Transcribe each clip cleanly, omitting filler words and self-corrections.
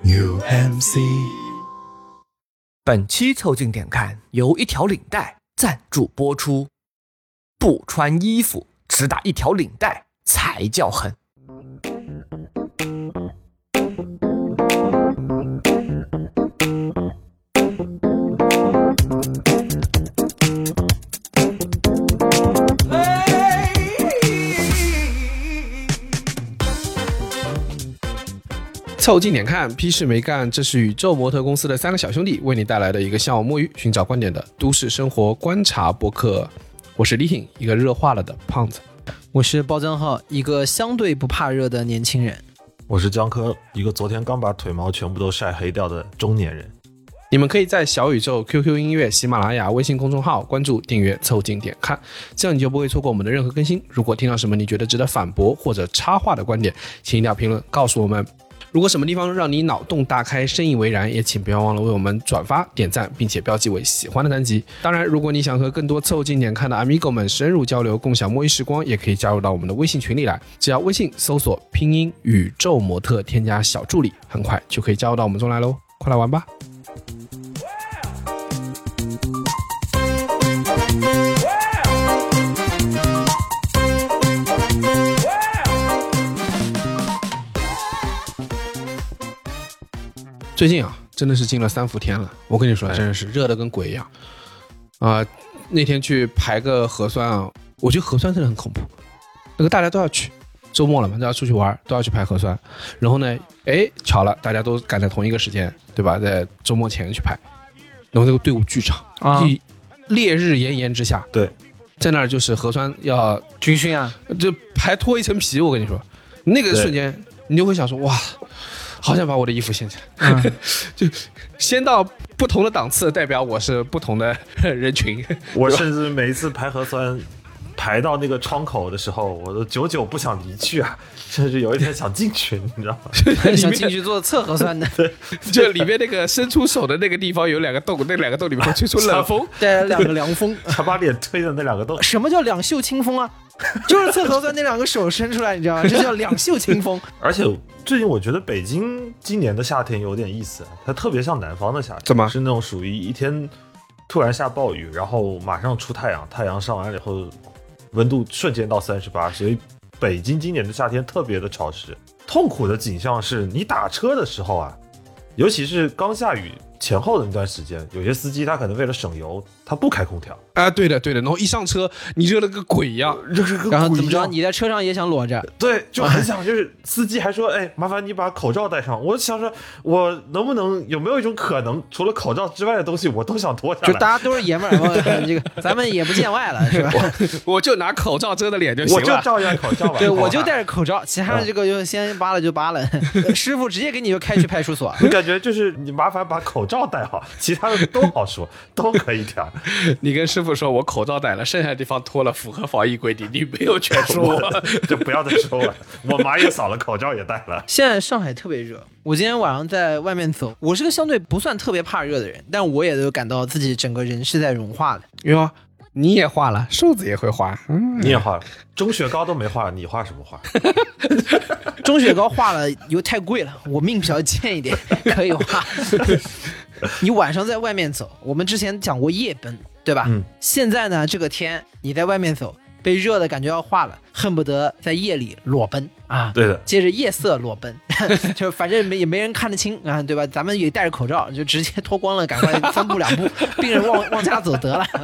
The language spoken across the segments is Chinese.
UMC。 本期凑近点看由一条领带赞助播出。不穿衣服，只打一条领带才叫狠。 凑近点看，屁事没干。这是宇宙模特公司的三个小兄弟为你带来的一个向往摸鱼、寻找观点的都市生活观察播客。我是李挺，一个热化了的胖子。 我是包江浩，一个相对不怕热的年轻人。 我是江科，一个昨天刚把腿毛全部都晒黑掉的中年人。 你们可以在小宇宙、QQ 音乐、喜马拉雅、微信公众号关注、订阅、凑近点看，这样你就不会错过我们的任何更新。如果听到什么你觉得值得反驳或者插话的观点，请一定要评论告诉我们。如果什么地方让你脑洞大开、深以为然，也请不要忘了为我们转发、点赞，并且标记为喜欢的单集。当然，如果你想和更多凑近点看的 Amigo 们深入交流、共享摸鱼时光，也可以加入到我们的微信群里来。只要微信搜索拼音宇宙模特，添加小助理，很快就可以加入到我们中来喽！快来玩吧！最近啊，真的是进了3伏天了。我跟你说，真的是热得跟鬼一样那天去排个核酸啊，我觉得核酸真的很恐怖。那个大家都要去，周末了嘛，都要出去玩，都要去排核酸。然后呢，巧了，大家都赶在同一个时间，对吧？在周末前去排，然后那个队伍巨长啊，烈日炎炎之下， 对， 在那儿就是核酸要军训啊， 就排脱一层皮。我跟你说，那个瞬间你就会想说，哇。好想把我的衣服掀起来，就掀到不同的档次，代表我是不同的人群。 我甚至每一次排核酸，排到那个窗口的时候，我都久久不想离去啊，甚至有一天想进去，你知道吗？ 想进去做测核酸的， 就里面那个伸出手的那个地方有2个洞，那2个洞里面会吹出冷风， 带2个凉风， 他把脸推的那2个洞。 什么叫两袖清风啊？就是测核酸那2个手伸出来，你知道吗？这叫两袖清风。 而且最近我觉得北京今年的夏天有点意思，它特别像南方的夏天。 怎么？ 是那种属于一天突然下暴雨，然后马上出太阳，太阳上完了以后温度瞬间到38，所以北京今年的夏天特别的潮湿。痛苦的景象是你打车的时候啊，尤其是刚下雨前后的那段时间，有些司机他可能为了省油，他不开空调啊，对的，然后一上车你热得跟鬼一样， 然后怎么着？你在车上也想裸着？ 对，就很想，就是司机还说，麻烦你把口罩戴上。我想说，我能不能有没有一种可能，除了口罩之外的东西，我都想脱下来？ 就大家都是爷们儿，这个咱们也不见外了，是吧？ 我就拿口罩遮着脸就行了， 我就照样口罩吧。 对，我就戴着口罩，其他的这个就先扒了就扒了。师傅直接给你就开去派出所。 我感觉就是你麻烦把口罩戴好，其他的都好说，都可以调。 你跟师傅说我口罩戴了，剩下的地方脱了，符合防疫规定，你没有权说我。 就不要再说了。我妈也扫了，口罩也戴了。 现在上海特别热，我今天晚上在外面走，我是个相对不算特别怕热的人，但我也都感到自己整个人是在融化的。 哟，你也化了，瘦子也会化， 你也化了，钟雪糕都没化，你化什么化？ 钟雪糕化了又太贵了，我命比较贱一点，可以化。你晚上在外面走，我们之前讲过夜奔，对吧？现在呢，这个天你在外面走，被热的感觉要化了，恨不得在夜里裸奔啊！ 对的， 接着夜色裸奔，就反正也没人看得清啊，对吧？咱们也戴着口罩，就直接脱光了，赶快3步2步，病人往家走得了。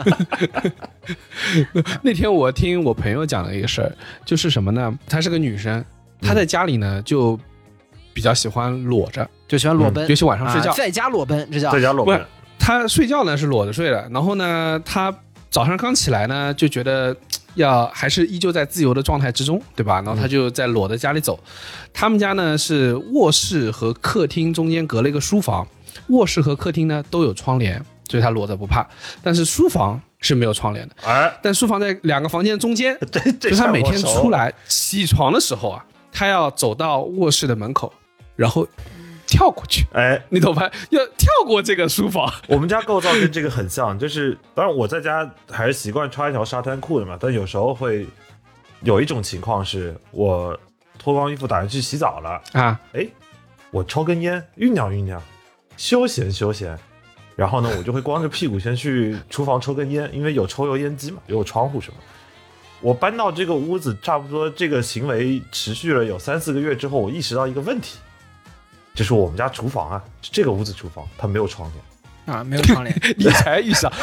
那天我听我朋友讲了一个事儿，就是什么呢？她是个女生，她在家里呢就比较喜欢裸着， 就喜欢裸奔， 尤其晚上睡觉， 在家裸奔，这叫在家裸奔。 她睡觉呢是裸着睡的，然后呢，她早上刚起来呢，就觉得还是依旧在自由的状态之中，对吧？然后她就在裸着家里走。他们家呢是卧室和客厅中间隔了一个书房，卧室和客厅呢都有窗帘，所以她裸着不怕。但是书房是没有窗帘的，但书房在2个房间中间，就她每天出来起床的时候啊，她要走到卧室的门口，然后跳过去，你懂吧？要跳过这个书房。 我们家构造跟这个很像，就是当然我在家还是习惯穿一条沙滩裤的嘛，但有时候会有一种情况是我脱光衣服打算去洗澡了啊， 我抽根烟酝酿酝酿，休闲休闲。然后呢，我就会光着屁股先去厨房抽根烟，因为有抽油烟机嘛，也有窗户什么。我搬到这个屋子，差不多这个行为持续了有3-4个月之后，我意识到一个问题，就是我们家厨房啊，这个屋子厨房它没有窗帘啊，没有窗帘。 你才遇上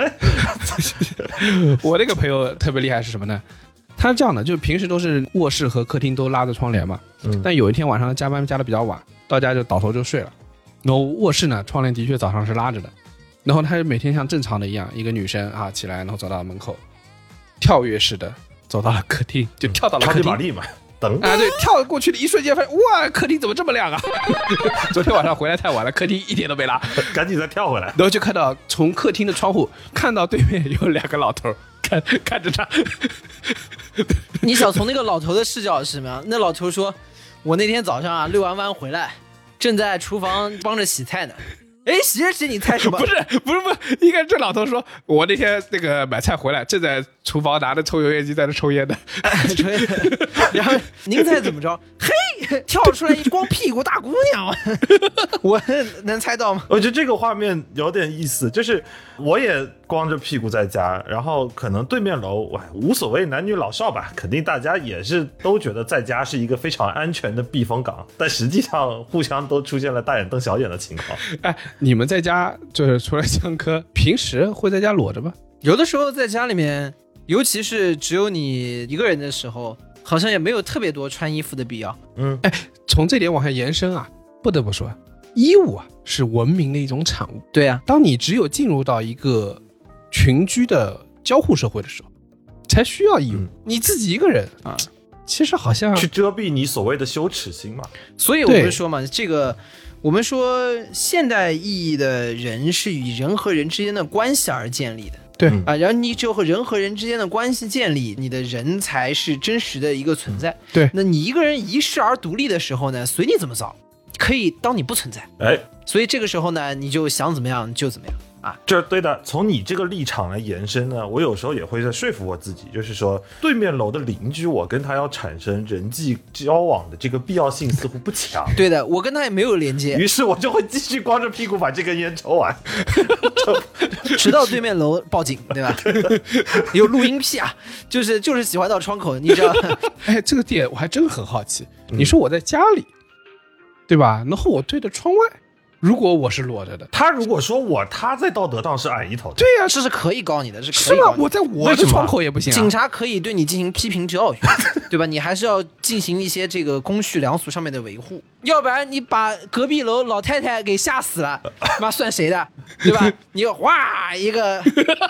我那个朋友特别厉害是什么呢？他是这样的，就是平时都是卧室和客厅都拉着窗帘嘛，但有一天晚上加班加的比较晚，到家就倒头就睡了。然后卧室呢，窗帘的确早上是拉着的，然后他每天像正常的一样，一个女生啊起来，然后走到门口，跳跃式的走到了客厅，就跳到了客厅， 超级玛丽嘛，等啊，对，跳过去的一瞬间发现，哇，客厅怎么这么亮啊？昨天晚上回来太晚了，客厅一点都没拉， 赶紧再跳回来。 然后就看到从客厅的窗户看到对面有2个老头看着他。 你想从那个老头的视角是什么样？那老头说：“我那天早上啊遛完弯回来，正在厨房帮着洗菜呢。哎，洗着洗你猜什么？ 不是，应该这老头说，我那天那个买菜回来，正在厨房拿着抽油烟机在那抽烟的。 然后您猜怎么着？嘿，跳出来一光屁股大姑娘，我能猜到吗？ 我觉得这个画面有点意思，就是我也光着屁股在家，然后可能对面楼无所谓男女老少吧，肯定大家也是都觉得在家是一个非常安全的避风港，但实际上互相都出现了大眼瞪小眼的情况。 哎，你们在家就是除了相科，平时会在家裸着吗？ 有的时候在家里面，尤其是只有你一个人的时候，好像也没有特别多穿衣服的必要。 哎，从这点往下延伸啊，不得不说，衣物啊是文明的一种产物。 对啊， 当你只有进入到一个群居的交互社会的时候，才需要衣物。你自己一个人啊，其实好像去遮蔽你所谓的羞耻心嘛。 所以我们说嘛，这个我们说现代意义的人是与人和人之间的关系而建立的。 对啊，然后你只有和人和人之间的关系建立，你的人才是真实的一个存在。 对， 那你一个人一世而独立的时候呢，随你怎么造，可以当你不存在。 哎， 所以这个时候呢，你就想怎么样就怎么样啊。 这对的。从你这个立场来延伸呢，我有时候也会在说服我自己，就是说对面楼的邻居，我跟他要产生人际交往的这个必要性似乎不强。 对的，我跟他也没有连接， 于是我就会继续光着屁股把这根烟抽完， 直到对面楼报警，对吧？有录音癖啊，就是喜欢到窗口，你知道？ 哎，这个点我还真很好奇。你说我在家里，对吧？然后我对着窗外，如果我是裸着的， 他如果说他在道德上是矮一头的， 对呀，这是可以告你的， 是吗？我在我的窗口也不行啊。 警察可以对你进行批评教育，对吧？你还是要进行一些这个公序良俗上面的维护，要不然你把隔壁楼老太太给吓死了，妈算谁的，对吧？你哗一个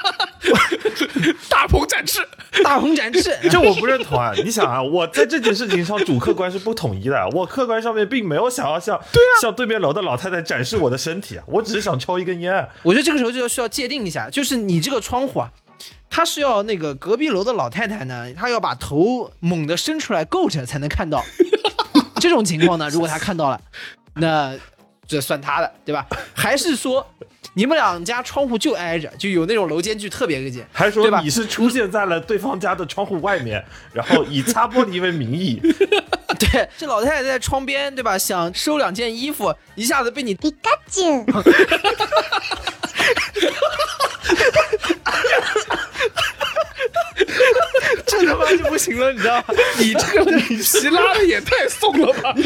大鹏展翅， 大鹏展翅， 这我不认同啊！你想啊，我在这件事情上主客观是不统一的，我客观上面并没有想要向对面楼的老太太展示我的身体啊，我只是想抽一根烟。 我觉得这个时候就需要界定一下，就是你这个窗户啊，它是要那个隔壁楼的老太太呢，她要把头猛地伸出来够着才能看到。这种情况呢，如果她看到了，那这算她的，对吧？还是说你们两家窗户就挨着，就有那种楼间距特别隔间， 还说你是出现在了对方家的窗户外面，然后以擦玻璃为名义。 对，这老太太在窗边，对吧？想收2件衣服，一下子被你皮卡丘。 这他妈就不行了，你知道吗？ 你这个皮拉的也太松了吧！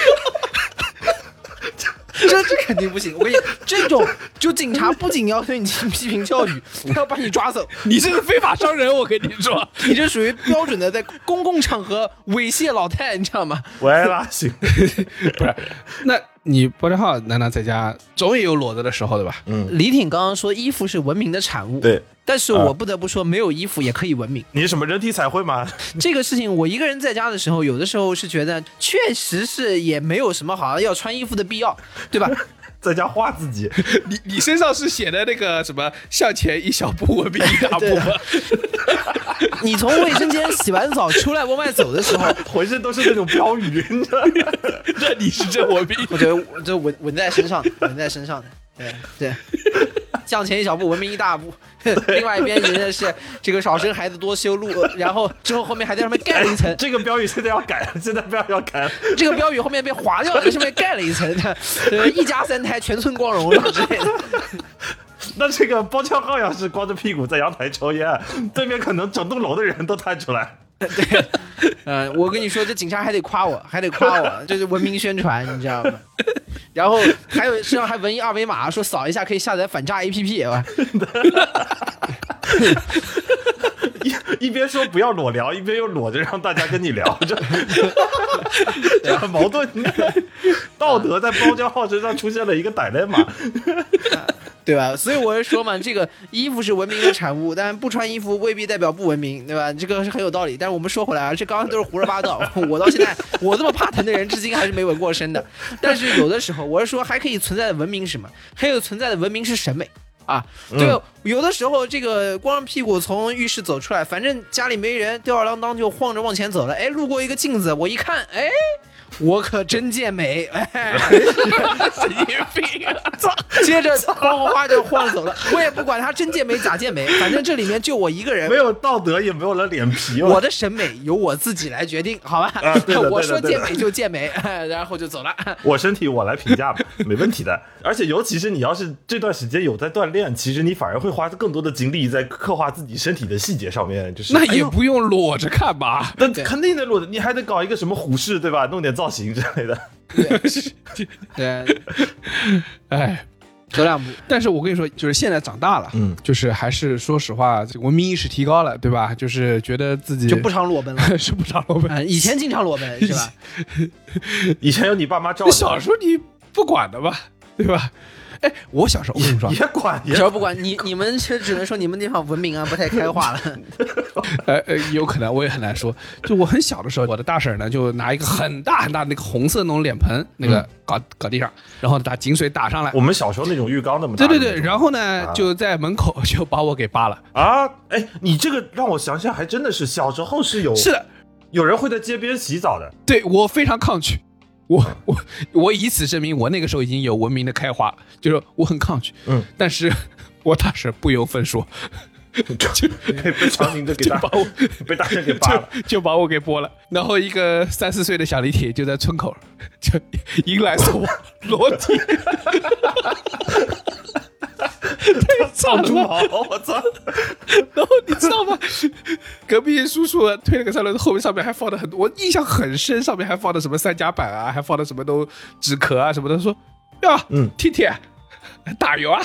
这肯定不行！我跟你这种，就警察不仅要对你进行批评教育，还要把你抓走。 你这是非法伤人，我跟你说， 你这属于标准的在公共场合猥亵老太，你知道吗？ 我爱拉行， 不是？那你波特浩难道在家总也有裸着的时候，对吧？ 李挺刚刚说衣服是文明的产物， 对。 但是我不得不说，没有衣服也可以文明。 你是什么人体彩绘吗？ 这个事情，我一个人在家的时候，有的时候是觉得确实是也没有什么好像要穿衣服的必要，对吧？ 在家画自己， 你身上是写的那个什么向前一小步，文明一大步吗？ 你从卫生间洗完澡出来往外走的时候， 浑身都是那种标语，你知道吗？ 这你是真文明， 我觉得这纹在身上的，纹在身上的，对。 向前一小步，文明一大步。另外一边人家是这个少生孩子多修路，然后之后后面还在上面盖了一层。 这个标语现在要改了，现在不要改了。 这个标语后面被划掉了，在上面盖了一层，一家3胎全村光荣了之类的。 那这个包浆浩要是光着屁股在阳台抽烟，对面可能整栋楼的人都探出来。 对，我跟你说，这警察还得夸我，这是文明宣传，你知道吗？然后还有身上还纹一二维码，说扫一下可以下载反诈 APP 吧。 一边说不要裸聊，一边又裸着让大家跟你聊，这很矛盾。道德在包浆浩身上出现了一个歹人马。 对吧？所以我是说嘛，这个衣服是文明的产物，但不穿衣服未必代表不文明，对吧？这个是很有道理。但是我们说回来啊，这刚刚都是胡说八道。我到现在，我这么怕疼的人，至今还是没纹过身的。但是有的时候，我是说还可以存在的文明是什么？还有存在的文明是审美啊。对，有的时候这个光着屁股从浴室走出来，反正家里没人，吊儿郎当就晃着往前走了。哎，路过一个镜子，我一看，哎。我可真健美，哎，神经病啊！操！接着哗哗哗就晃走了，我也不管他真健美假健美，反正这里面就我一个人， 没有道德也没有了脸皮。 我的审美由我自己来决定，好吧？ 对的我说健美就健美，然后就走了。 我身体我来评价吧，没问题的。而且尤其是你要是这段时间有在锻炼，其实你反而会花更多的精力在刻画自己身体的细节上面。就是那也不用裸着看吧？ 那肯定得裸着，你还得搞一个什么虎式，对吧？弄点造型之类的。 对， 哎， 走两步。 但是我跟你说，就是现在长大了，就是还是说实话，这个文明意识提高了，对吧？就是觉得自己就不常裸奔了， 是不常裸奔。 以前经常裸奔，是吧？ 以前有你爸妈照顾。 小时候你不管的吧，对吧？哎，我小时候我跟你说， 也管， 小时候不管你们只能说你们地方文明啊不太开化了。 有可能我也很难说。就我很小的时候，我的大婶呢就拿一个很大很大的那个红色那种脸盆，那个搞地上，然后把井水打上来。 我们小时候那种浴缸那么大。 对，然后呢就在门口就把我给扒了啊！哎，你这个让我想想，还真的是小时候是的，有人会在街边洗澡的。 对，我非常抗拒。我以此证明我那个时候已经有文明的开化了，就是我很抗拒，但是我大婶不由分说， 就被强行的给被大婶给扒了， 就把我给剥了。然后一个3、4岁的小李铁就在村口就迎来送往裸体。 操猪毛！我操！ 然后你知道吗？隔壁叔叔推了个3轮，后面上面还放的很多，我印象很深，上面还放的什么3夹板啊，还放的什么都纸壳啊什么的。说呀，铁铁打油啊，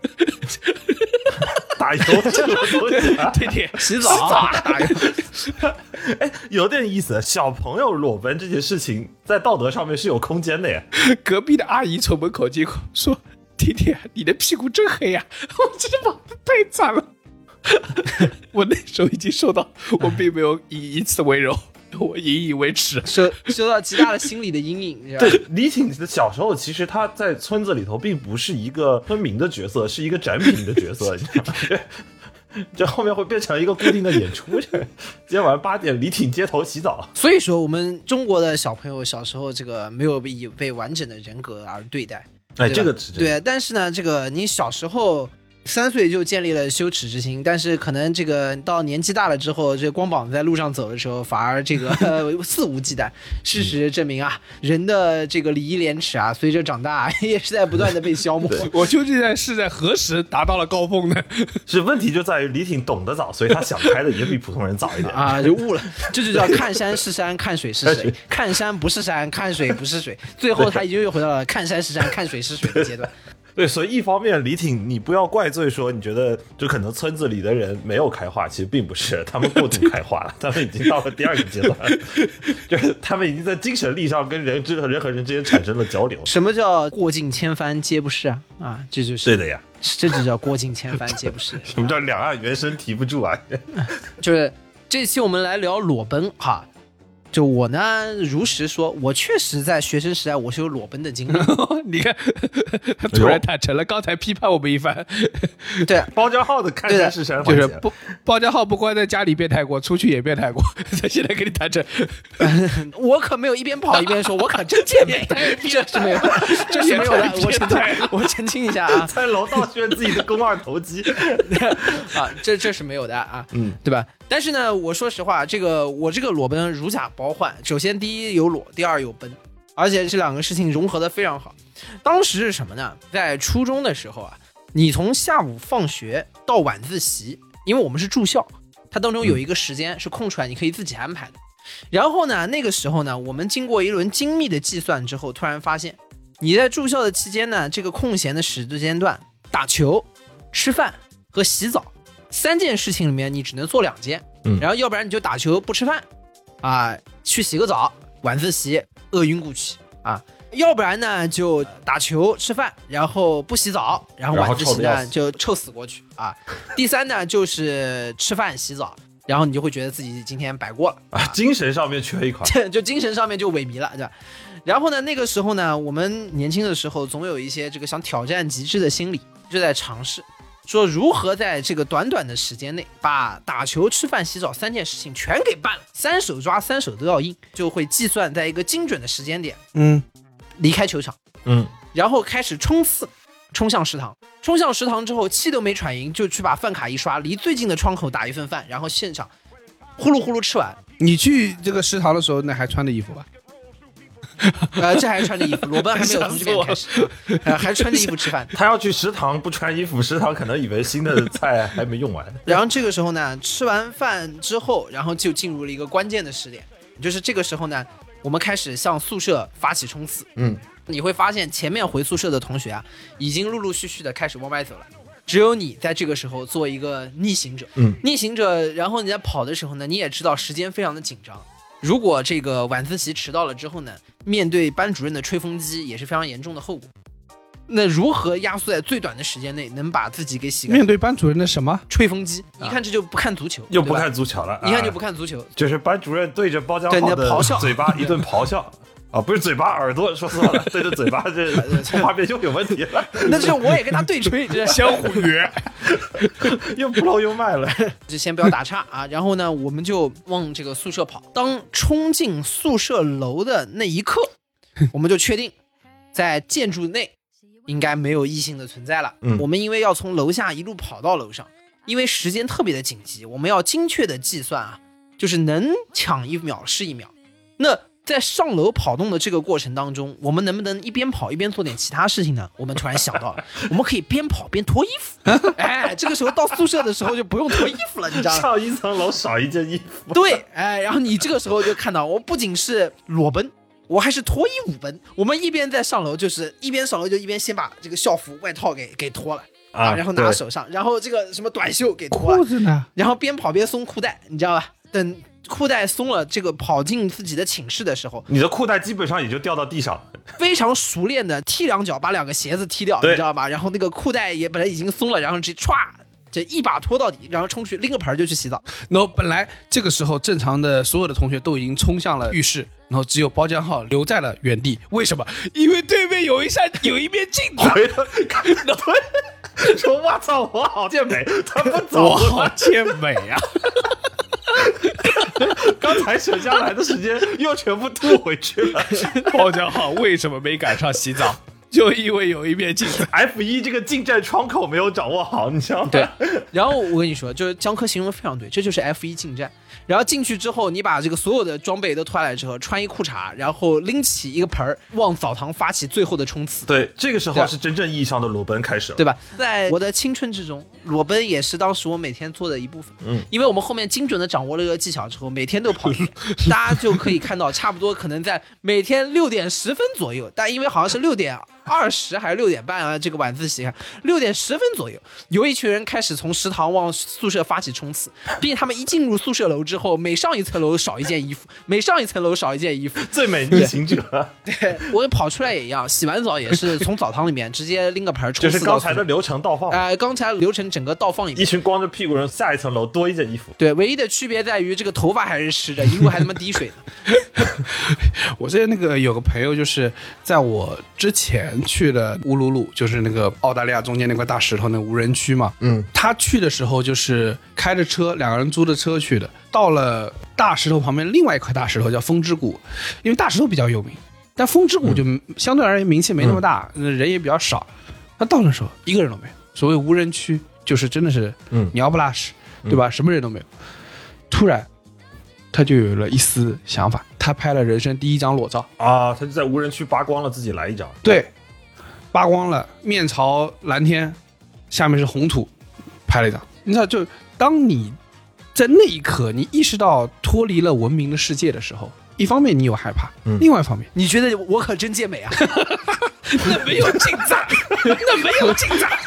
打油这种东西啊， 铁铁洗澡打油。 哎，有点意思。小朋友裸奔这件事情，在道德上面是有空间的呀。 隔壁的阿姨从门口经过，说。铁铁，你的屁股真黑呀！我真的太惨了。我那时候已经受到，我并没有以此为荣，我引以为耻， 受到极大的心理的阴影。 对，李挺的小时候，其实他在村子里头并不是一个村民的角色，是一个展品的角色。这后面会变成一个固定的演出。今天晚上8点，李挺街头洗澡。 所以说，我们中国的小朋友小时候这个没有被完整的人格而对待。 哎，这个是对，但是呢，这个你小时候3岁就建立了羞耻之心，但是可能这个到年纪大了之后，这光膀子在路上走的时候，反而这个肆无忌惮。事实证明啊，人的这个礼义廉耻啊，随着长大也是在不断的被消磨。 我究竟是在何时达到了高峰呢？ 是问题就在于李挺懂得早，所以他想开的也比普通人早一点啊，就悟了。这就叫看山是山，看水是水，看山不是山，看水不是水。最后他又回到了看山是山，看水是水的阶段。 对，所以一方面李挺，你不要怪罪说你觉得就可能村子里的人没有开化，其实并不是，他们过度开化了，他们已经到了第2个阶段，就是他们已经在精神力上跟人和人之间产生了交流。 什么叫过尽千帆皆不是啊？这就是对的呀， 这就叫过尽千帆皆不是。 什么叫两岸猿声啼不住啊？ 就是这期我们来聊裸奔哈。 就我呢，如实说，我确实在学生时代我是有裸奔的经历。 你看，突然坦诚了，刚才批判我们一番。 对， 包家浩的看山是山就是环节， 包家浩不光在家里变态过，出去也变态过。他现在给你坦诚， 我可没有一边跑一边说，我可真健美，这是没有的，这是没有的。我澄清一下啊， 在楼道炫自己的肱二头肌啊，这是没有的啊，对吧？但是呢，我说实话，我这个裸奔如假包换。首先，第一有裸，第二有奔，而且这两个事情融合的非常好。当时是什么呢？在初中的时候啊，你从下午放学到晚自习，因为我们是住校，它当中有一个时间是空出来，你可以自己安排的。然后呢，那个时候呢，我们经过一轮精密的计算之后，突然发现，你在住校的期间呢，这个空闲的时间段，打球、吃饭和洗澡3件事情里面，你只能做2件。然后要不然你就打球不吃饭啊，去洗个澡，晚自习饿晕过去啊。要不然呢就打球吃饭，然后不洗澡，然后晚自习呢就臭死过去啊。第3呢就是吃饭洗澡，然后你就会觉得自己今天白过了啊，精神上面缺一块， 就精神上面就萎靡了，对吧？然后呢，那个时候呢，我们年轻的时候总有一些这个想挑战极致的心理，就在尝试说如何在这个短短的时间内把打球、吃饭、洗澡3件事情全给办了，3手抓3手都要硬，就会计算在一个精准的时间点，离开球场，然后开始冲刺，冲向食堂。冲向食堂之后，气都没喘匀，就去把饭卡一刷，离最近的窗口打一份饭，然后现场呼噜呼噜吃完。 你去这个食堂的时候，那还穿的衣服吧？ 这还穿着衣服，裸奔还没有从这边开始，还穿着衣服吃饭。 他要去食堂不穿衣服，食堂可能以为新的菜还没用完。 然后这个时候呢，吃完饭之后，然后就进入了一个关键的时点，就是这个时候呢，我们开始向宿舍发起冲刺。你会发现前面回宿舍的同学啊，已经陆陆续续的开始往外走了。只有你在这个时候做一个逆行者，逆行者，然后你在跑的时候呢，你也知道时间非常的紧张。如果这个晚自习迟到了之后呢，面对班主任的吹风机也是非常严重的后果。那如何压缩在最短的时间内能把自己给洗干净？ 面对班主任的什么吹风机？一看这就不看足球， 又不看足球了， 一看就不看足球， 就是班主任对着包浆浩的嘴巴一顿咆哮。啊，不是嘴巴，耳朵，说错了，对着嘴巴，这画面就有问题了。 那就是我也跟他对吹，这相互约， 又不露又卖了。 就先不要打岔啊，然后呢，我们就往这个宿舍跑。当冲进宿舍楼的那一刻，我们就确定，在建筑内应该没有异性的存在了。我们因为要从楼下一路跑到楼上，因为时间特别的紧急，我们要精确的计算啊，就是能抢1秒是1秒。那在上楼跑动的这个过程当中，我们能不能一边跑一边做点其他事情呢？我们突然想到了，我们可以边跑边脱衣服。哎，这个时候到宿舍的时候就不用脱衣服了，你知道吗？ 上一层楼少一件衣服。 对，哎，然后你这个时候就看到，我不仅是裸奔，我还是脱衣舞奔。我们一边在上楼，就是一边上楼就一边先把这个校服外套给脱了啊，然后拿手上，然后这个什么短袖给脱了， 裤子呢？ 然后边跑边松裤带，你知道吧？等裤带松了，这个跑进自己的寝室的时候， 你的裤带基本上也就掉到地上， 非常熟练的踢2脚把2个鞋子踢掉，你知道吧？然后那个裤带也本来已经松了，然后直接歘，这一把拖到底，然后冲去拎个盆就去洗澡。 然后本来这个时候正常的所有的同学都已经冲向了浴室，然后只有包浆浩留在了原地。为什么？因为对面有一面镜子。 回头看到说：“我操，我好健美！”他不走， 我好健美啊！ 刚才省下来的时间又全部吐回去了。 包浆浩为什么没赶上洗澡？就因为有一面镜子。 F1 这个进站窗口没有掌握好，你知道吗？ 对。然后我跟你说，就是江科形容的非常对，这就是 F1 进站。然后进去之后，你把这个所有的装备都脱下来之后，穿一裤衩，然后拎起一个盆儿，往澡堂发起最后的冲刺。 对，这个时候是真正意义上的裸奔开始了， 对吧？在我的青春之中，裸奔也是当时我每天做的一部分。因为我们后面精准的掌握了这个技巧之后，每天都跑，大家就可以看到，差不多可能在每天6点10分左右，但因为好像是6点20还是6点半啊，这个晚自习6点10分左右，有一群人开始从食堂往宿舍发起冲刺，并且他们一进入宿舍楼楼之后，每上一层楼少一件衣服，每上一层楼少一件衣服。 最美逆行者， 对，我跑出来也一样，洗完澡也是从澡堂里面直接拎个盆冲。 就是刚才的流程倒放。 刚才流程整个倒放一遍。 一群光着屁股人下一层楼多一件衣服。 对，唯一的区别在于这个头发还是湿的，一路还他妈滴水呢。 我之前那个有个朋友，就是在我之前去的乌鲁鲁，就是那个澳大利亚中间那块大石头那无人区嘛。他去的时候就是开着车，两个人租的车去的。到了大石头旁边另外一块大石头叫风之谷，因为大石头比较有名，但风之谷就相对而言名气没那么大，人也比较少。他到那时候一个人都没有，所谓无人区就是真的是鸟不拉屎，对吧？什么人都没有。突然他就有了一丝想法，他拍了人生第一张裸照啊！他就在无人区扒光了自己来一张， 对，扒光了，面朝蓝天，下面是红土，拍了一张。你知道，就当你在那一刻你意识到脱离了文明的世界的时候，一方面你有害怕，另外一方面你觉得我可真健美啊？ 那没有进展，那没有进展，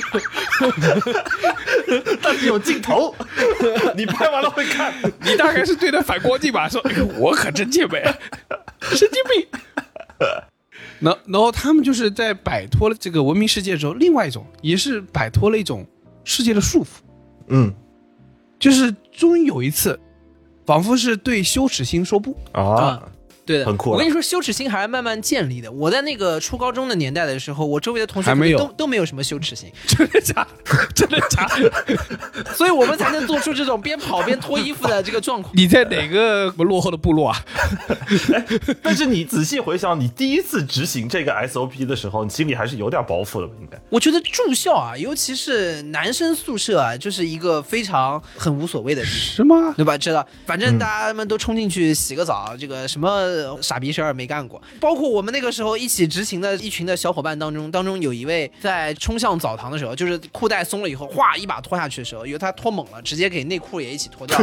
但是有镜头，你拍完了会看。 你大概是对着反光镜吧，说我可真健美，神经病。然后他们就是在摆脱了这个文明世界之后，另外一种也是摆脱了一种世界的束缚。就是终于有一次，仿佛是对羞耻心说不啊。 对的， 很酷。 我跟你说，羞耻心还是慢慢建立的。我在那个初高中的年代的时候，我周围的同学都没有什么羞耻心， 真的假的？真的假的？ 所以我们才能做出这种边跑边脱衣服的这个状况。 你在哪个落后的部落啊？ 但是你仔细回想，你第一次执行这个 SOP 的时候，你心里还是有点包袱的吧？应该。 我觉得住校啊，尤其是男生宿舍啊，就是一个非常很无所谓的地方， 是吗？ 对吧？知道，反正大家们都冲进去洗个澡，这个什么傻逼事儿没干过。包括我们那个时候一起执行的一群的小伙伴当中有一位在冲向澡堂的时候，就是裤带松了以后，哗一把脱下去的时候，因为他脱猛了，直接给内裤也一起脱掉了。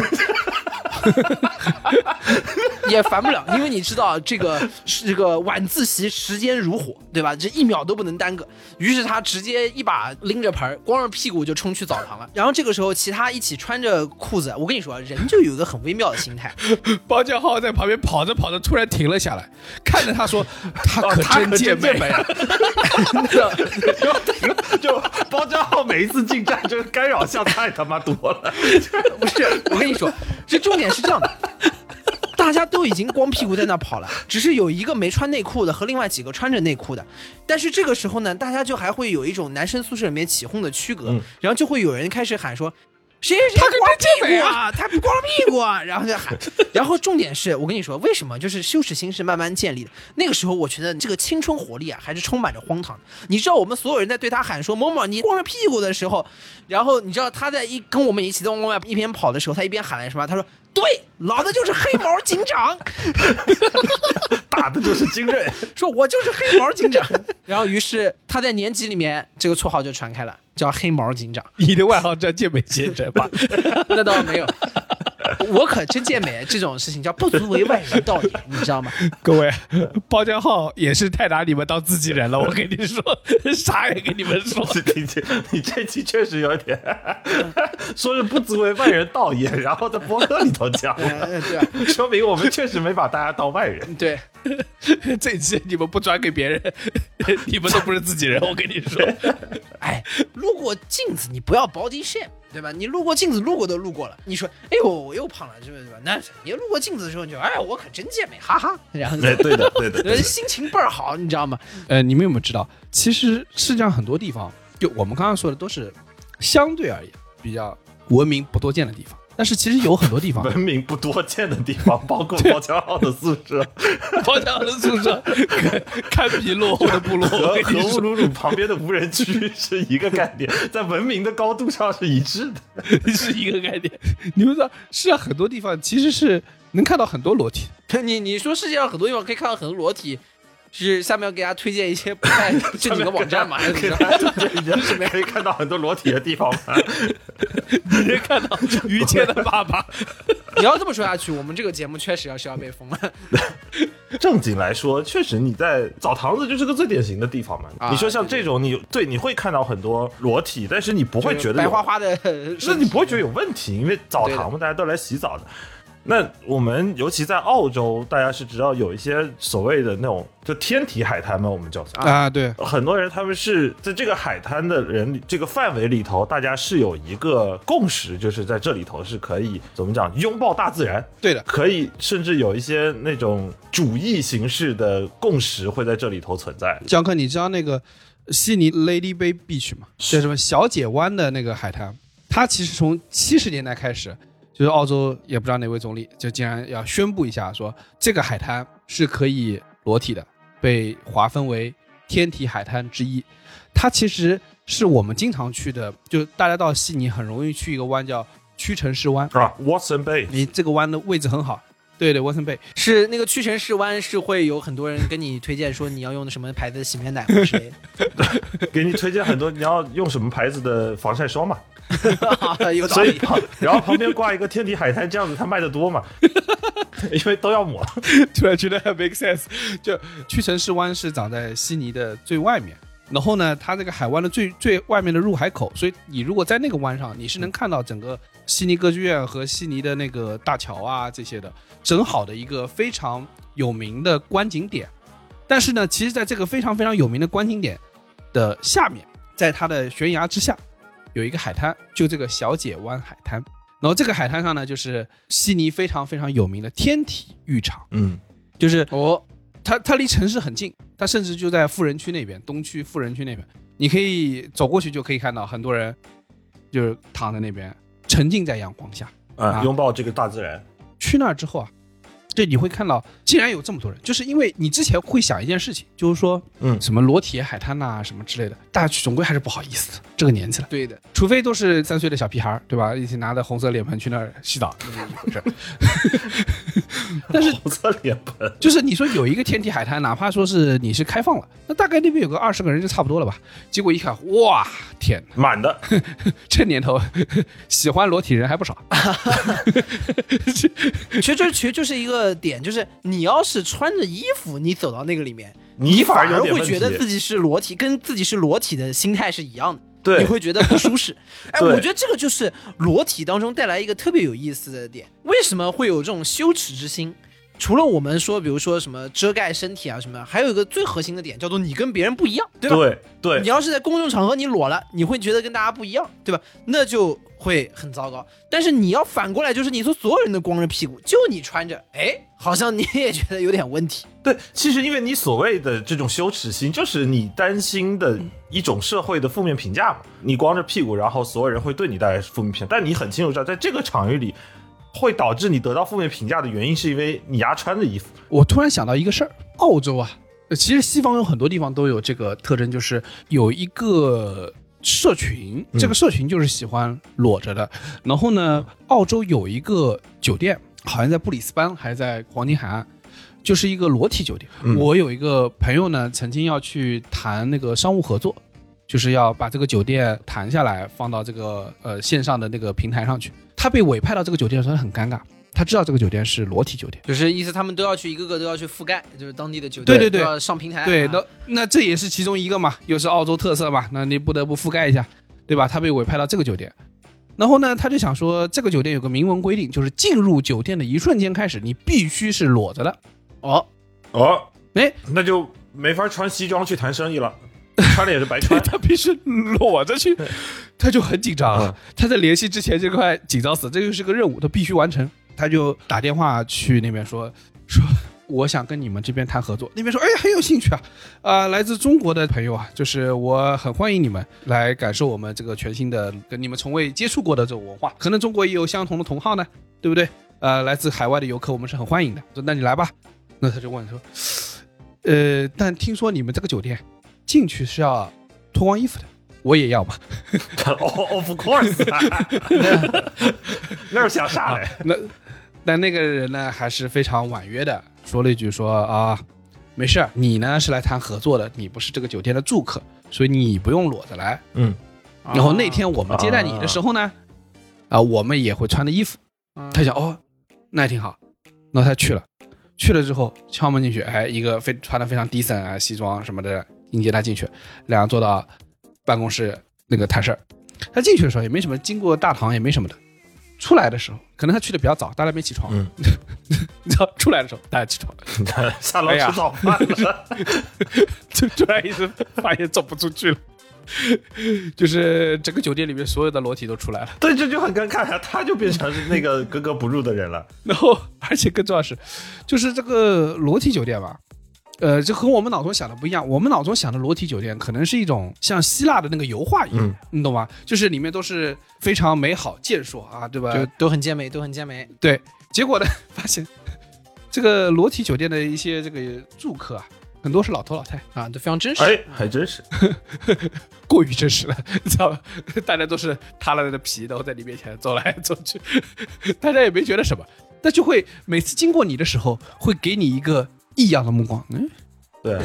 也烦不了，因为你知道这个晚自习时间如火，对吧？这一秒都不能耽搁。于是他直接一把拎着盆，光着屁股就冲去澡堂了。然后这个时候，其他一起穿着裤子，我跟你说，人就有一个很微妙的心态。 包教浩在旁边跑着跑着，突然停了下来，看着他说：“他可真健美啊！” 就包教浩每一次进站，这个干扰项太他妈多了。 不是，我跟你说，这重点是这样的。大家都已经光屁股在那跑了，只是有一个没穿内裤的和另外几个穿着内裤的。但是这个时候呢，大家就还会有一种男生宿舍里面起哄的区隔，然后就会有人开始喊说：“谁他光屁股啊，他不光屁股啊！”然后就喊。然后重点是我跟你说，为什么就是羞耻心是慢慢建立的？那个时候我觉得这个青春活力啊，还是充满着荒唐。你知道我们所有人在对他喊说：“某某，你光着屁股的时候。”然后你知道他在跟我们一起在往外一边跑的时候，他一边喊来什么？他说：“对，老子就是黑毛警长， 打的就是精锐， 说我就是黑毛警长。”然后于是他在年级里面这个绰号就传开了，叫黑毛警长。 你的外号叫健美先生吧？ 那倒没有，我可真健美，这种事情叫不足为外人道也，你知道吗？ 各位，包教浩也是太拿你们当自己人了，我跟你说，啥也跟你们说。 你这期确实有点说是不足为外人道也，然后在播客里头讲， 对啊， 说明我们确实没把大家当外人。 对， 这期你们不转给别人，你们都不是自己人，我跟你说。 哎，路过镜子你不要 body shame， 对吧？你路过镜子路过都路过了，你说哎呦我又胖了，对吧？那你路过镜子的时候你就哎我可真健美，哈哈，然后对，心情倍儿好，你知道吗？ 你们有没有知道，其实世界上很多地方，就我们刚刚说的都是相对而言比较文明不多见的地方。但是其实有很多地方文明不多见的地方，包括包教浩的宿舍， 包教浩的宿舍堪比落后的部落， 和乌鲁鲁旁边的无人区是一个概念，在文明的高度上是一致的， 是一个概念。你们知道，世界上很多地方其实是能看到很多裸体。 你说世界上很多地方可以看到很多裸体。是下面要给大家推荐一些不太正经的网站嘛？ 可以看到很多裸体的地方吗？ 你能看到于谦的爸爸？ 你要这么说下去，我们这个节目确实是要被封了。 正经来说，确实你在澡堂子就是个最典型的地方嘛。你说像这种，你会看到很多裸体，但是你不会觉得白花花的， 是你不会觉得有问题，因为澡堂嘛，大家都来洗澡的。那我们尤其在澳洲，大家是知道有一些所谓的那种就天体海滩嘛，我们叫做啊，对， 很多人他们是在这个海滩的人这个范围里头，大家是有一个共识，就是在这里头是可以怎么讲拥抱大自然， 对的， 可以甚至有一些那种主义形式的共识会在这里头存在。 江克，你知道那个悉尼 Lady Bay Beach 吗？就什么小姐湾的那个海滩，它其实从70年代开始。就是澳洲也不知道哪位总理就竟然要宣布一下说这个海滩是可以裸体的，被划分为天体海滩之一。它其实是我们经常去的，就大家到悉尼很容易去一个湾叫屈臣氏湾啊 ，Watson Bay。 你这个湾的位置很好，对对 ，Watson Bay 是那个屈臣氏湾是会有很多人跟你推荐说你要用的什么牌子的洗面奶之类的， 给你推荐很多你要用什么牌子的防晒霜嘛。 有道理。 然后旁边挂一个天体海滩，这样子它卖的多嘛？因为都要抹。 突然觉得很 make sense。就屈臣氏湾是长在悉尼的最外面，然后呢，它这个海湾的最外面的入海口，所以你如果在那个湾上，你是能看到整个悉尼歌剧院和悉尼的那个大桥啊这些的，正好的一个非常有名的观景点。但是呢，其实在这个非常非常有名的观景点的下面，在它的悬崖之下。有一个海滩，就这个小姐湾海滩，然后这个海滩上呢，就是悉尼非常非常有名的天体浴场，就是它离城市很近，它甚至就在富人区那边，东区富人区那边，你可以走过去就可以看到很多人就是躺在那边，沉浸在阳光下， 拥抱这个大自然。 去那儿之后啊，对，你会看到竟然有这么多人，就是因为你之前会想一件事情，就是说，什么裸体海滩呐、什么之类的，大家总归还是不好意思的，这个年纪了， 对的， 除非都是3岁的小屁孩，对吧？一起拿着红色脸盆去那儿洗澡，这么一回事。但是红色脸盆， 就是你说有一个天体海滩，哪怕说是你是开放了，那大概那边有个20个人就差不多了吧？结果一看，哇，天， 满的， 这年头喜欢裸体人还不少。 其实就是一个点，就是你要是穿着衣服，你走到那个里面， 你反而会觉得自己是裸体，跟自己是裸体的心态是一样的。对，你会觉得不舒适。哎，我觉得这个就是裸体当中带来一个特别有意思的点。为什么会有这种羞耻之心？除了我们说，比如说什么遮盖身体啊什么，还有一个最核心的点叫做你跟别人不一样，对吧？ 对， 你要是在公众场合你裸了，你会觉得跟大家不一样，对吧？那就会很糟糕。但是你要反过来，就是你说所有人都光着屁股，就你穿着，哎，好像你也觉得有点问题。 对，其实因为你所谓的这种羞耻心，就是你担心的一种社会的负面评价嘛。你光着屁股，然后所有人会对你带来负面评价，但你很清楚知道，在这个场域里，会导致你得到负面评价的原因，是因为你穿的衣服。 我突然想到一个事儿，澳洲啊，其实西方有很多地方都有这个特征，就是有一个社群，这个社群就是喜欢裸着的。然后呢，澳洲有一个酒店，好像在布里斯班还是在黄金海岸，就是一个裸体酒店。我有一个朋友呢，曾经要去谈那个商务合作，就是要把这个酒店谈下来，放到这个线上的那个平台上去。他被委派到这个酒店的时候很尴尬，他知道这个酒店是裸体酒店， 就是意思他们都要去一个个都要去覆盖，就是当地的酒店， 对， 都要上平台。 对，那这也是其中一个嘛，又是澳洲特色嘛，那你不得不覆盖一下，对吧？他被委派到这个酒店，然后呢，他就想说，这个酒店有个明文规定，就是进入酒店的一瞬间开始，你必须是裸着的。 那就没法穿西装去谈生意了。穿的也是白穿， 他必须裸着去，他就很紧张。他在联系之前就快紧张死，这就是个任务，他必须完成。他就打电话去那边说我想跟你们这边谈合作。那边说，哎，很有兴趣啊，来自中国的朋友啊，就是我很欢迎你们来感受我们这个全新的跟你们从未接触过的这种文化，可能中国也有相同的同好呢，对不对？来自海外的游客我们是很欢迎的。说那你来吧。那他就问说，但听说你们这个酒店进去是要脱光衣服的，我也要嘛。 Of course， 那是想啥嘞？ 但那个人呢，还是非常婉约的说了一句说没事，你呢是来谈合作的，你不是这个酒店的住客，所以你不用裸着来。然后那天我们接待你的时候呢，我们也会穿的衣服。他想那也挺好，那他去了。 去了之后敲门进去，哎，一个穿的非常 decent 啊，西装什么的迎接他进去，两个坐到办公室那个谈事儿。他进去的时候也没什么，经过大堂也没什么的。出来的时候，可能他去的比较早，大家没起床。你知道，出来的时候大家起床， 下楼吃早饭了， 就突然一直发现走不出去了。就是整个酒店里面所有的裸体都出来了， 对，这就很尴尬呀，他就变成是那个格格不入的人了。 然后，而且更重要的是，就是这个裸体酒店吧，这和我们脑中想的不一样。我们脑中想的裸体酒店可能是一种像希腊的那个油画一样，你懂吗？就是里面都是非常美好健硕啊，对吧？ 就都很健美，都很健美。 对，结果呢，发现这个裸体酒店的一些这个住客啊，很多是老头老太啊，都非常真实。 哎，还真是过于真实了，你知道吧？大家都是塌了的皮，然后在你面前走来走去，大家也没觉得什么，但就会每次经过你的时候，会给你一个异样的目光。 对，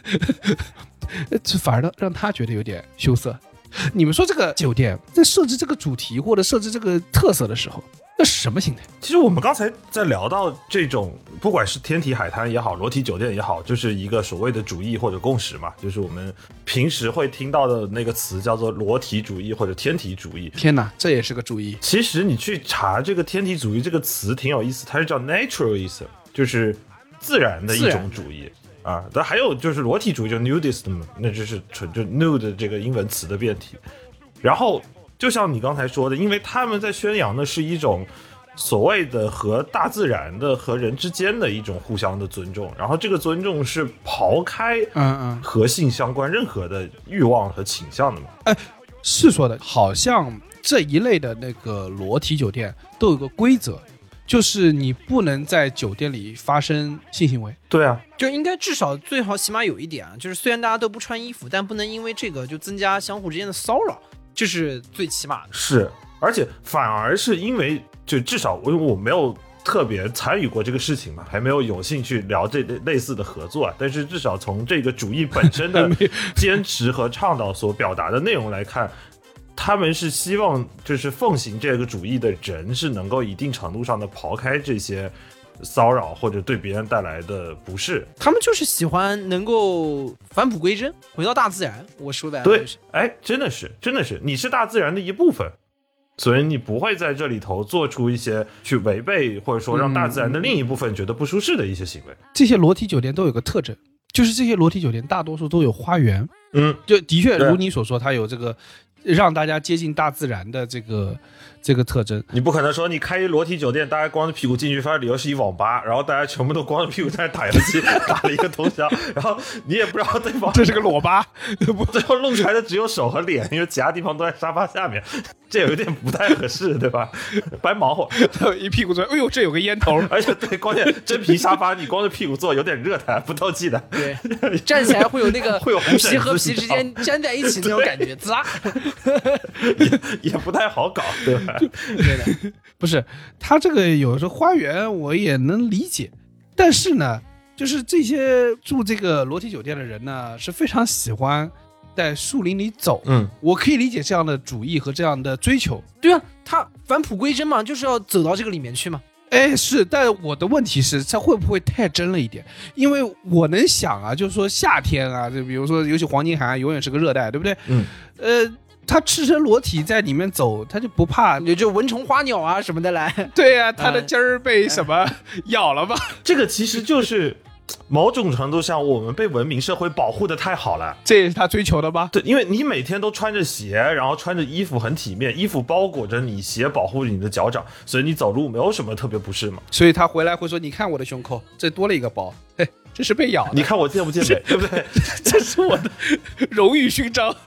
这反而让他觉得有点羞涩。你们说这个酒店在设置这个主题或者设置这个特色的时候，那是什么心态？ 其实我们刚才在聊到这种，不管是天体海滩也好，裸体酒店也好，就是一个所谓的主义或者共识嘛，就是我们平时会听到的那个词叫做裸体主义或者天体主义。 天哪，这也是个主义。 其实你去查这个天体主义这个词挺有意思，它是叫 naturalism， 就是自然的一种主义啊。但还有就是裸体主义，就 nudism， 那就是纯就 nude 这个英文词的变体。然后就像你刚才说的，因为他们在宣扬的是一种所谓的和大自然的和人之间的一种互相的尊重，然后这个尊重是刨开和性相关任何的欲望和倾向的嘛。 是说的，好像这一类的那个裸体酒店都有个规则，就是你不能在酒店里发生性行为。 对啊， 就应该至少最好起码有一点啊，就是虽然大家都不穿衣服，但不能因为这个就增加相互之间的骚扰，这是最起码的。 是，而且反而是因为就至少我没有特别参与过这个事情嘛，还没有幸去聊这类似的合作啊。但是至少从这个主义本身的坚持和倡导所表达的内容来看，他们是希望就是奉行这个主义的人是能够一定程度上的刨开这些骚扰或者对别人带来的不适， 他们就是喜欢能够返璞归真，回到大自然。我说白了对就是， 哎，真的是，你是大自然的一部分，所以你不会在这里头做出一些去违背或者说让大自然的另一部分觉得不舒适的一些行为。 这些裸体酒店都有个特征，就是这些裸体酒店大多数都有花园。就的确如你所说，它有这个让大家接近大自然的这个特征。 你不可能说你开一裸体酒店，大家光着屁股进去，发现里头是一网吧，然后大家全部都光着屁股在那打游戏，打了一个通宵，然后你也不知道对方这是个裸吧， 最后露出来的只有手和脸，因为其他地方都在沙发下面，这有点不太合适，对吧？白忙活， 一屁股坐，哎呦，这有个烟头， 而且对，关键真皮沙发你光着屁股坐有点热的，不透气的， 对，站起来会有那个会有红皮和皮之间粘在一起那种感觉，滋啦， 也不太好搞，对吧？ 对的， 不是他这个有时候花园我也能理解，但是呢，就是这些住这个裸体酒店的人呢，是非常喜欢在树林里走。我可以理解这样的主义和这样的追求。 对啊，他返璞归真嘛，就是要走到这个里面去嘛。 哎，是，但我的问题是，这会不会太真了一点？因为我能想啊，就是说夏天啊，就比如说，尤其黄金海岸永远是个热带，对不对？他赤身裸体在里面走，他就不怕就蚊虫花鸟啊什么的来。 对啊，他的筋儿被什么咬了吧？ 这个其实就是某种程度上我们被文明社会保护的太好了， 这也是他追求的吧？ 对，因为你每天都穿着鞋，然后穿着衣服很体面，衣服包裹着你，鞋保护着你的脚掌，所以你走路没有什么特别不适嘛。 所以他回来会说：“你看我的胸口，这多了一个包，嘿，这是被咬的。 你看我健不健美，对不对？ 这是我的荣誉勋章。”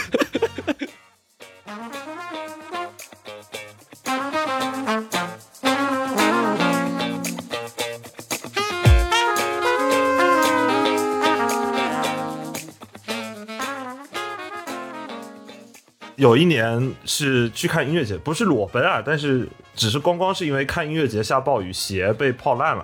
有一年是去看音乐节，不是裸奔啊，但是只是光是因为看音乐节下暴雨，鞋被泡烂了，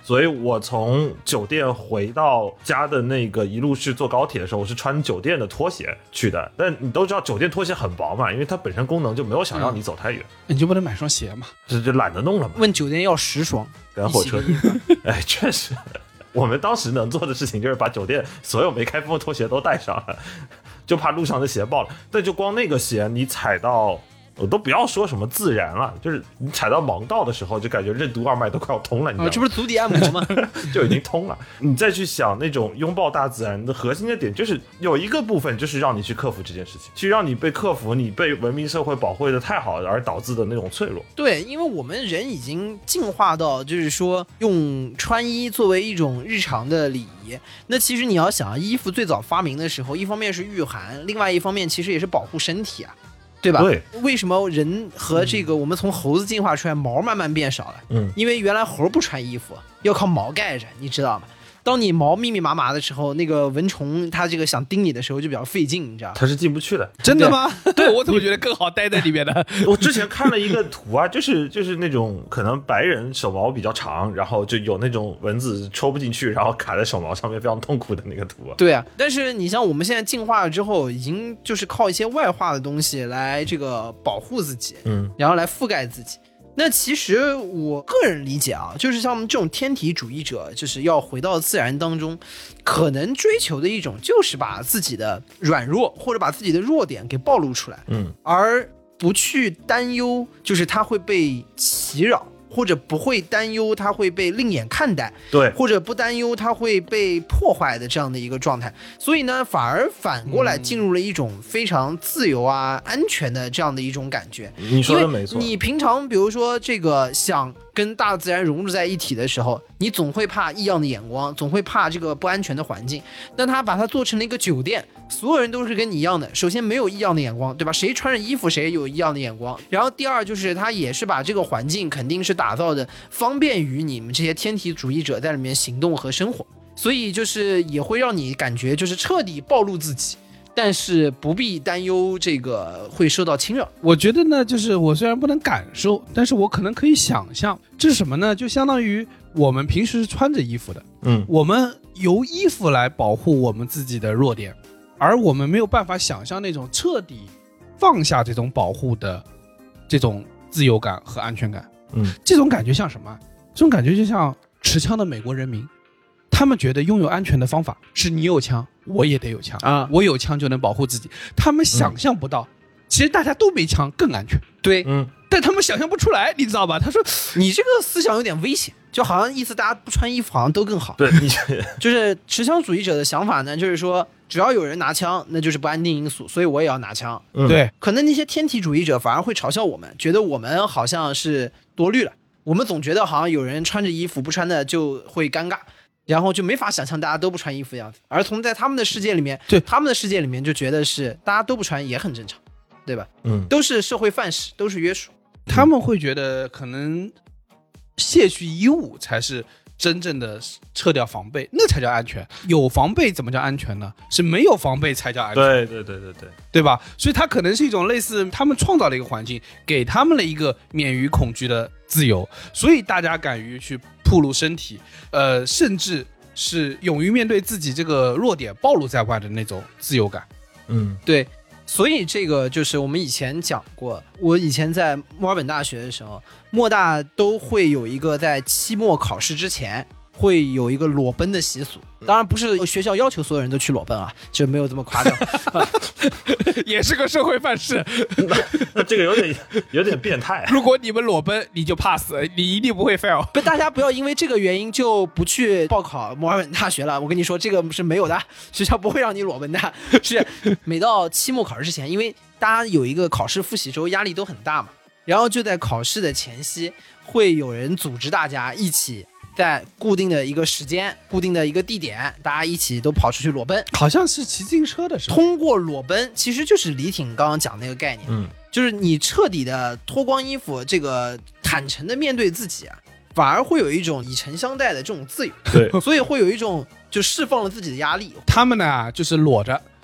所以我从酒店回到家的那个一路是坐高铁的时候，我是穿酒店的拖鞋去的。但你都知道酒店拖鞋很薄嘛，因为它本身功能就没有想让你走太远， 你就不能买双鞋嘛？ 就懒得弄了嘛。 问酒店要10双， 赶火车，哎，确实，我们当时能做的事情就是把酒店所有没开封的拖鞋都带上了，就怕路上的鞋爆了。但就光那个鞋，你踩到。我都不要说什么自然了，就是你踩到盲道的时候，就感觉任督二脉都快要通了，你知道吗？ 这不是足底按摩吗？ 就已经通了。你再去想那种拥抱大自然的核心的点，就是有一个部分就是让你去克服这件事情，去让你被克服你被文明社会保护的太好而导致的那种脆弱。 对，因为我们人已经进化到就是说用穿衣作为一种日常的礼仪。那其实你要想，衣服最早发明的时候，一方面是御寒，另外一方面其实也是保护身体啊。对吧？ 对， 为什么人和这个我们从猴子进化出来，毛慢慢变少了？因为原来猴不穿衣服，要靠毛盖着，你知道吗？当你毛密密麻麻的时候，那个蚊虫它这个想叮你的时候就比较费劲，你知道吗？ 它是进不去的。 真的吗？对，我怎么觉得更好待在里面呢？ 我之前看了一个图啊，就是那种可能白人手毛比较长，然后就有那种蚊子抽不进去，然后卡在手毛上面非常痛苦的那个图啊。 对啊，但是你像我们现在进化了之后，已经就是靠一些外化的东西来这个保护自己，然后来覆盖自己。那其实我个人理解啊，就是像这种天体主义者，就是要回到自然当中，可能追求的一种就是把自己的软弱或者把自己的弱点给暴露出来，而不去担忧就是它会被袭扰，或者不会担忧它会被另眼看待， 对， 或者不担忧它会被破坏的这样的一个状态，所以呢，反过来进入了一种非常自由啊、安全的这样的一种感觉。 你说的没错， 你平常比如说这个想跟大自然融入在一体的时候，你总会怕异样的眼光，总会怕这个不安全的环境。但他把它做成了一个酒店，所有人都是跟你一样的，首先没有异样的眼光，对吧？谁穿着衣服谁有异样的眼光。然后第二就是他也是把这个环境肯定是打造的方便于你们这些天体主义者在里面行动和生活，所以就是也会让你感觉就是彻底暴露自己，但是不必担忧这个会受到侵扰。 我觉得呢，就是我虽然不能感受，但是我可能可以想象，这是什么呢？就相当于我们平时是穿着衣服的，我们由衣服来保护我们自己的弱点，而我们没有办法想象那种彻底放下这种保护的这种自由感和安全感。这种感觉像什么？这种感觉就像持枪的美国人民，他们觉得拥有安全的方法是你有枪我也得有枪啊，我有枪就能保护自己。他们想象不到，其实大家都没枪更安全。 对， 但他们想象不出来，你知道吧？他说你这个思想有点危险，就好像意思大家不穿衣服好像都更好。 对， 就是持枪主义者的想法呢，就是说只要有人拿枪，那就是不安定因素，所以我也要拿枪。 对， 可能那些天体主义者反而会嘲笑我们，觉得我们好像是多虑了。我们总觉得好像有人穿着衣服不穿的就会尴尬，然后就没法想象大家都不穿衣服的样子。而从在他们的世界里面， 对他们的世界里面就觉得是大家都不穿也很正常，对吧？都是社会范式，都是约束。 他们会觉得可能卸去衣物才是真正的撤掉防备，那才叫安全。有防备怎么叫安全呢？是没有防备才叫安全。对吧？所以它可能是一种类似他们创造了一个环境，给他们了一个免于恐惧的自由，所以大家敢于去暴露身体，甚至是勇于面对自己这个弱点暴露在外的那种自由感。 对。所以这个就是我们以前讲过，我以前在墨尔本大学的时候，墨大都会有一个在期末考试之前会有一个裸奔的习俗。当然不是学校要求所有人都去裸奔啊，就没有这么夸张也是个社会范式那这个有点变态如果你们裸奔你就 pass， 你一定不会 fail。 不，大家不要因为这个原因就不去报考墨尔本大学了，我跟你说这个是没有的，学校不会让你裸奔的。是每到期末考试之前，因为大家有一个考试复习周，压力都很大嘛，然后就在考试的前夕会有人组织大家一起在固定的一个时间、固定的一个地点，大家一起都跑出去裸奔， 好像是骑自行车的时候。 通过裸奔，其实就是李挺刚刚讲那个概念，就是你彻底的脱光衣服，这个坦诚的面对自己啊，反而会有一种以诚相待的这种自由。 对， 所以会有一种就释放了自己的压力。 他们呢，就是裸着，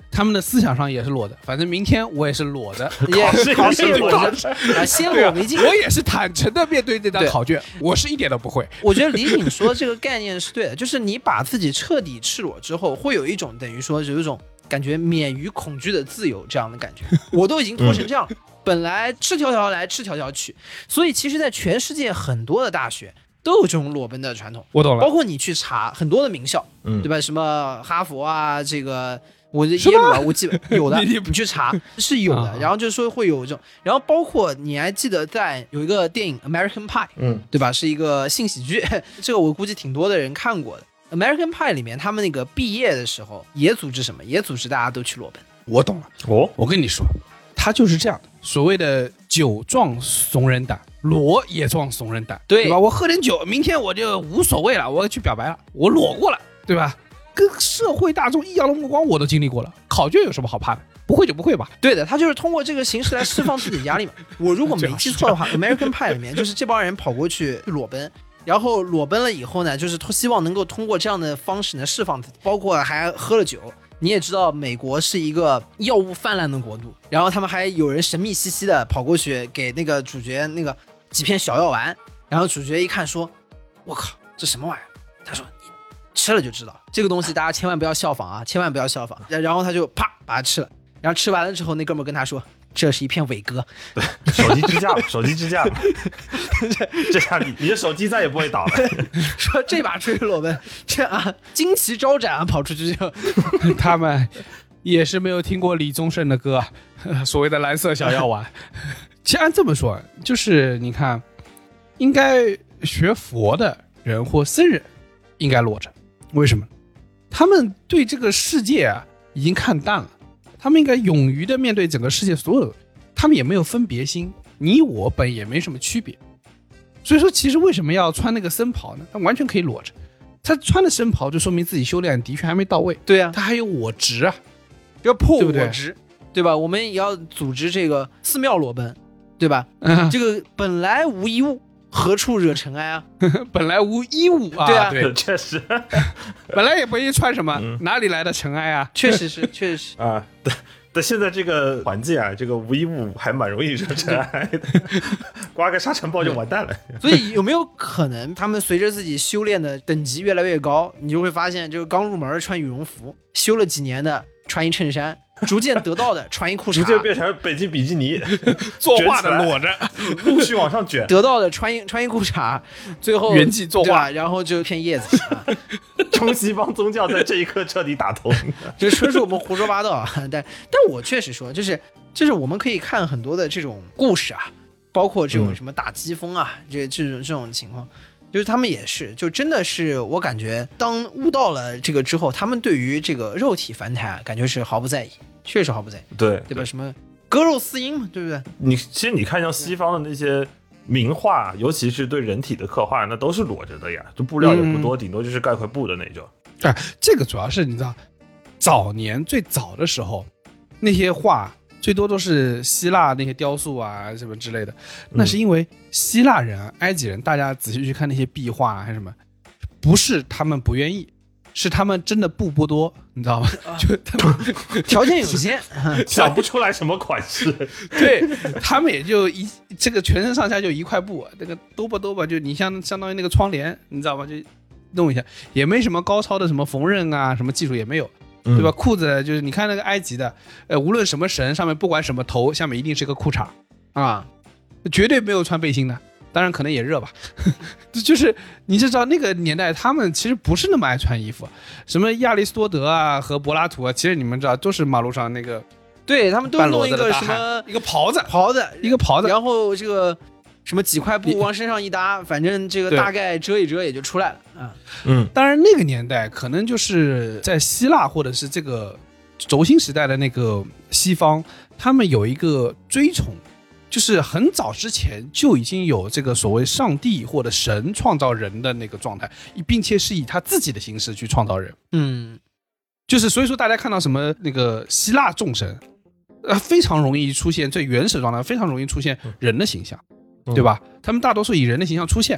他们的思想上也是裸的，反正明天我也是裸的， 考试也裸着啊，先裸为敬。 我也是坦诚的面对这张考卷，我是一点都不会。 我觉得李挺说的这个概念是对的，就是你把自己彻底赤裸之后，会有一种等于说有一种感觉免于恐惧的自由这样的感觉。我都已经脱成这样了，本来赤条条来赤条条去，所以其实在全世界很多的大学都有这种裸奔的传统。 我懂了， 包括你去查很多的名校，对吧？什么哈佛啊，这个我的耶鲁啊，我记得有的，你去查是有的。然后就说会有这种，然后包括你还记得在有一个电影《American Pie》，对吧？是一个性喜剧，这个我估计挺多的人看过的。American Pie 里面，他们那个毕业的时候也组织什么？也组织大家都去裸奔。 我懂了。我跟你说，他就是这样的，所谓的酒壮怂人胆，裸也壮怂人胆，对吧？我喝点酒，明天我就无所谓了，我去表白了，我裸过了，对吧？跟社会大众异样的目光我都经历过了，考卷有什么好怕的？不会就不会吧？ 对的，他就是通过这个形式来释放自己的压力嘛。我如果没记错的话，American Pie 里面就是这帮人跑过去裸奔。然后裸奔了以后呢，就是希望能够通过这样的方式呢释放自己，包括还喝了酒。你也知道，美国是一个药物泛滥的国度，然后他们还有人神秘兮兮的跑过去给那个主角那个几片小药丸，然后主角一看说：“我靠，这什么玩意儿？”他说：“你吃了就知道，这个东西大家千万不要效仿啊，千万不要效仿。”然后他就啪把它吃了，然后吃完了之后，那哥们儿跟他说：“这是一片伟哥。” 对，手机支架，手机支架，这下你的手机再也不会倒了。 说这把出去裸奔，这啊旌旗招展啊，跑出去就。 他们也是没有听过李宗盛的歌，所谓的蓝色小药丸。其实按这么说，就是你看，应该学佛的人或僧人应该裸着，为什么？他们对这个世界啊已经看淡了。他们应该勇于的面对整个世界所有，他们也没有分别心，你我本也没什么区别。所以说，其实为什么要穿那个僧袍呢？他完全可以裸着。他穿的僧袍就说明自己修炼的确还没到位。 对啊， 他还有我执啊， 要破我执，对吧？我们也要组织这个寺庙裸奔，对吧？这个本来无一物，何处惹尘埃啊？ 本来无一物啊， 对啊， 对，确实， 本来也不一穿什么，哪里来的尘埃啊？ 确实是，确实是啊。但现在这个环境啊，这个无一物还蛮容易惹尘埃的，刮个沙尘暴就完蛋了。 所以有没有可能，他们随着自己修炼的等级越来越高，你就会发现，这个刚入门穿羽绒服，修了几年的穿一衬衫，逐渐得到的穿一裤衩， 逐渐变成北京比基尼， 作画的裸着， 陆续往上卷， 得到的穿一裤衩，最后原迹作画， 然后就片叶子。 中西方宗教在这一刻彻底打通， 这纯属我们胡说八道啊！但我确实说，就是我们可以看很多的这种故事啊，包括这种什么打疾风啊，这种情况，就是他们也是，就真的是我感觉，当悟到了这个之后，他们对于这个肉体凡胎感觉是毫不在意，确实毫不在意， 对吧？什么割肉饲鹰嘛，对不对？ 其实你看像西方的那些名画，尤其是对人体的刻画，那都是裸着的呀，就布料也不多，顶多就是盖块布的那种。 这个主要是你知道，最早的时候，那些画最多都是希腊那些雕塑啊什么之类的，那是因为希腊人、埃及人，大家仔细去看那些壁画还是什么，不是他们不愿意，是他们真的布不多，你知道吗？就他们条件有限， 想不出来什么款式。 对，他们也就这个全身上下就一块布，那个兜吧，就你相当于那个窗帘，你知道吗？就弄一下，也没什么高超的什么缝纫啊，什么技术也没有，对吧？裤子就是你看那个埃及的，无论什么神上面不管什么头，下面一定是个裤衩啊，绝对没有穿背心的。当然可能也热吧，就是你知道那个年代他们其实不是那么爱穿衣服，什么亚里士多德啊和柏拉图啊，其实你们知道都是马路上那个， 对他们都弄一个什么一个袍子， 一个袍子，然后这个什么几块布往身上一搭，反正这个大概遮一遮也就出来了啊。 当然那个年代可能就是在希腊或者是这个轴心时代的那个西方，他们有一个追崇。就是很早之前就已经有这个所谓上帝或者神创造人的那个状态，并且是以他自己的形式去创造人。就是所以说大家看到什么那个希腊众神，非常容易出现最原始状态，非常容易出现人的形象，对吧？他们大多数以人的形象出现。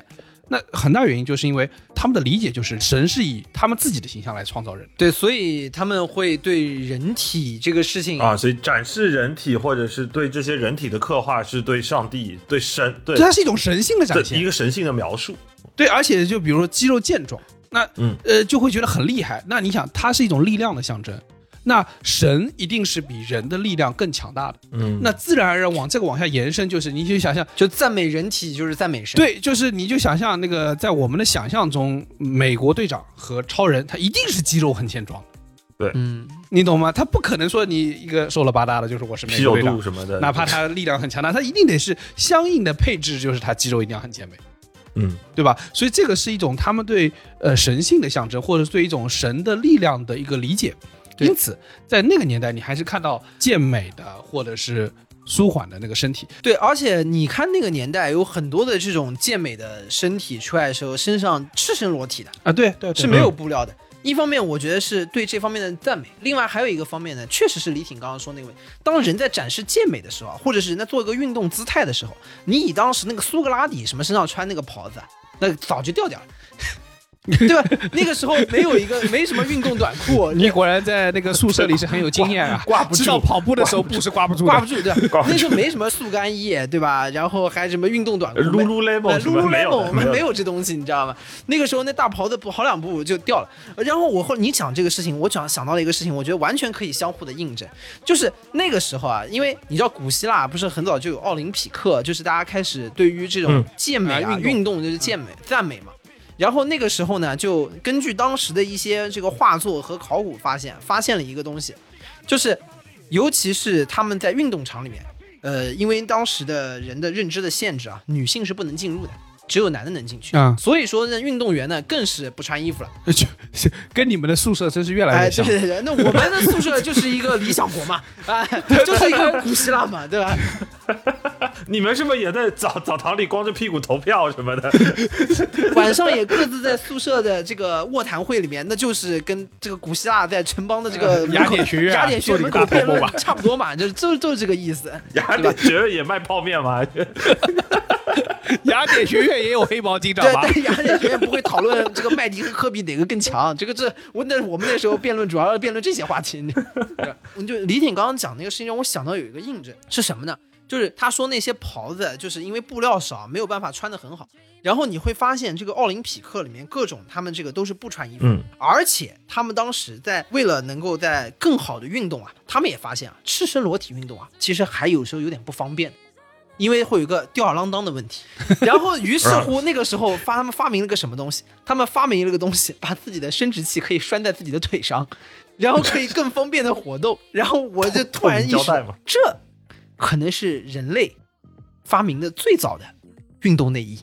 那很大原因就是因为他们的理解就是神是以他们自己的形象来创造人。 对，所以他们会对人体这个事情啊，所以展示人体或者是对这些人体的刻画是对上帝、对神、对它是一种神性的展现， 一个神性的描述。 对，而且就比如说肌肉健壮，那就会觉得很厉害。那你想，它是一种力量的象征。那神一定是比人的力量更强大的，那自然而然往下延伸，就是你就想象， 就赞美人体就是赞美神， 对，就是你就想象那个在我们的想象中，美国队长和超人，他一定是肌肉很健壮， 对， 你懂吗？他不可能说你一个瘦了吧嗒的，就是我是美国队长什么的， 哪怕他力量很强大，他一定得是相应的配置，就是他肌肉一定要很健美，对吧？所以这个是一种他们对神性的象征，或者是对一种神的力量的一个理解。因此在那个年代你还是看到健美的或者是舒缓的那个身体。 对，而且你看那个年代有很多的这种健美的身体出来的时候，身上赤身裸体的啊，对， 是没有布料的。一方面我觉得是对这方面的赞美，另外还有一个方面呢，确实是李挺刚刚说那位，当人在展示健美的时候，或者是人在做一个运动姿态的时候，你以当时那个苏格拉底什么身上穿那个袍子，那早就掉掉了对吧？那个时候没什么运动短裤， 你果然在那个宿舍里是很有经验啊， 挂不住， 知道跑步的时候布是挂不住的， 挂不住，对吧？那时候没什么速干衣，对吧？然后还什么运动短裤，Lululemon 没有这东西，你知道吗？那个时候那大袍子跑两步就掉了。然后你讲这个事情，我想到了一个事情，我觉得完全可以相互的印证，就是那个时候啊，因为你知道古希腊不是很早就有奥林匹克，就是大家开始对于这种健美运动就是健美赞美嘛。然后那个时候呢，就根据当时的一些这个画作和考古发现了一个东西，就是尤其是他们在运动场里面，因为当时的人的认知的限制啊，女性是不能进入的，只有男的能进去所以说呢，运动员呢更是不穿衣服了。 跟你们的宿舍真是越来越像。 对，那我们的宿舍就是一个理想国嘛，就是一个古希腊嘛，对吧？ 你们是不是也在澡堂里光着屁股投票什么的？ 晚上也各自在宿舍的这个卧谈会里面，那就是跟这个古希腊在城邦的这个雅典学院门口辩论差不多嘛，就是这个意思。 雅典学院也卖泡面吗？ 雅典学院也有黑毛警长吧？ 对，雅典学院不会讨论这个麦迪和科比哪个更强，我们那时候辩论主要是辩论这些话题。就李挺刚刚讲那个事情，让我想到有一个印证是什么呢？就是他说那些袍子就是因为布料少没有办法穿得很好，然后你会发现这个奥林匹克里面各种他们这个都是不穿衣服，而且他们当时为了能够在更好的运动啊，他们也发现啊，赤身裸体运动啊，其实还有时候有点不方便，因为会有一个吊儿郎当的问题。然后于是乎那个时候他们发明了个什么东西？他们发明了个东西，把自己的生殖器可以拴在自己的腿上，然后可以更方便的活动。然后我就突然意识到，这可能是人类发明的最早的运动内衣。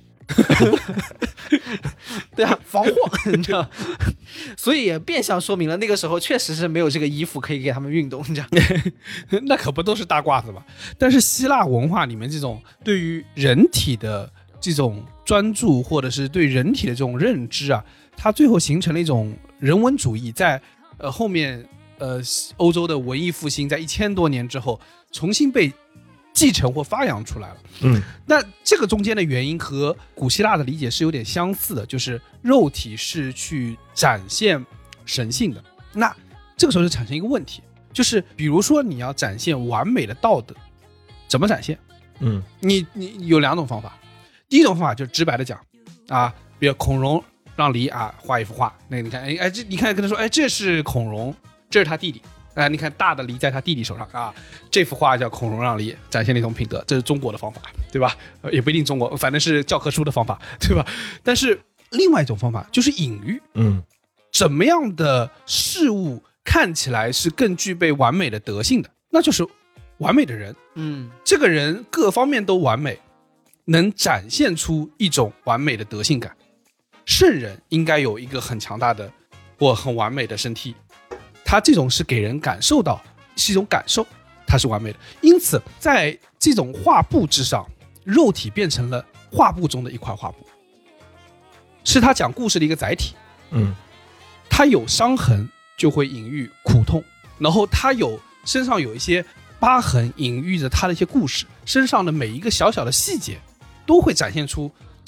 对啊，防晃，你知道，所以也变相说明了那个时候确实是没有这个衣服可以给他们运动，你知道。 那可不都是大褂子吗？但是希腊文化里面这种对于人体的这种专注，或者是对人体的这种认知啊，它最后形成了一种人文主义，在后面欧洲的文艺复兴在1000多年之后重新被继承或发扬出来了。那这个中间的原因和古希腊的理解是有点相似的，就是肉体是去展现神性的。那这个时候就产生一个问题，就是比如说你要展现完美的道德，怎么展现？你有2种方法。第一种方法就是直白的讲啊，比如孔融让梨啊画一幅画，那你看，你看跟他说，这是孔融，这是他弟弟。你看大的梨在他弟弟手上啊，这幅画叫孔融让梨，展现了一种品德，这是中国的方法，对吧？也不一定中国，反正是教科书的方法，对吧？但是另外一种方法就是隐喻，怎么样的事物看起来是更具备完美的德性的，那就是完美的人，这个人各方面都完美，能展现出一种完美的德性感。圣人应该有一个很强大的或很完美的身体，他这种是给人感受到，是一种感受，它是完美的。因此在这种画布之上，肉体变成了画布中的一块画布，是他讲故事的一个载体。他有伤痕就会隐喻苦痛，然后他身上有一些疤痕，隐喻着他的一些故事，身上的每一个小小的细节都会展现出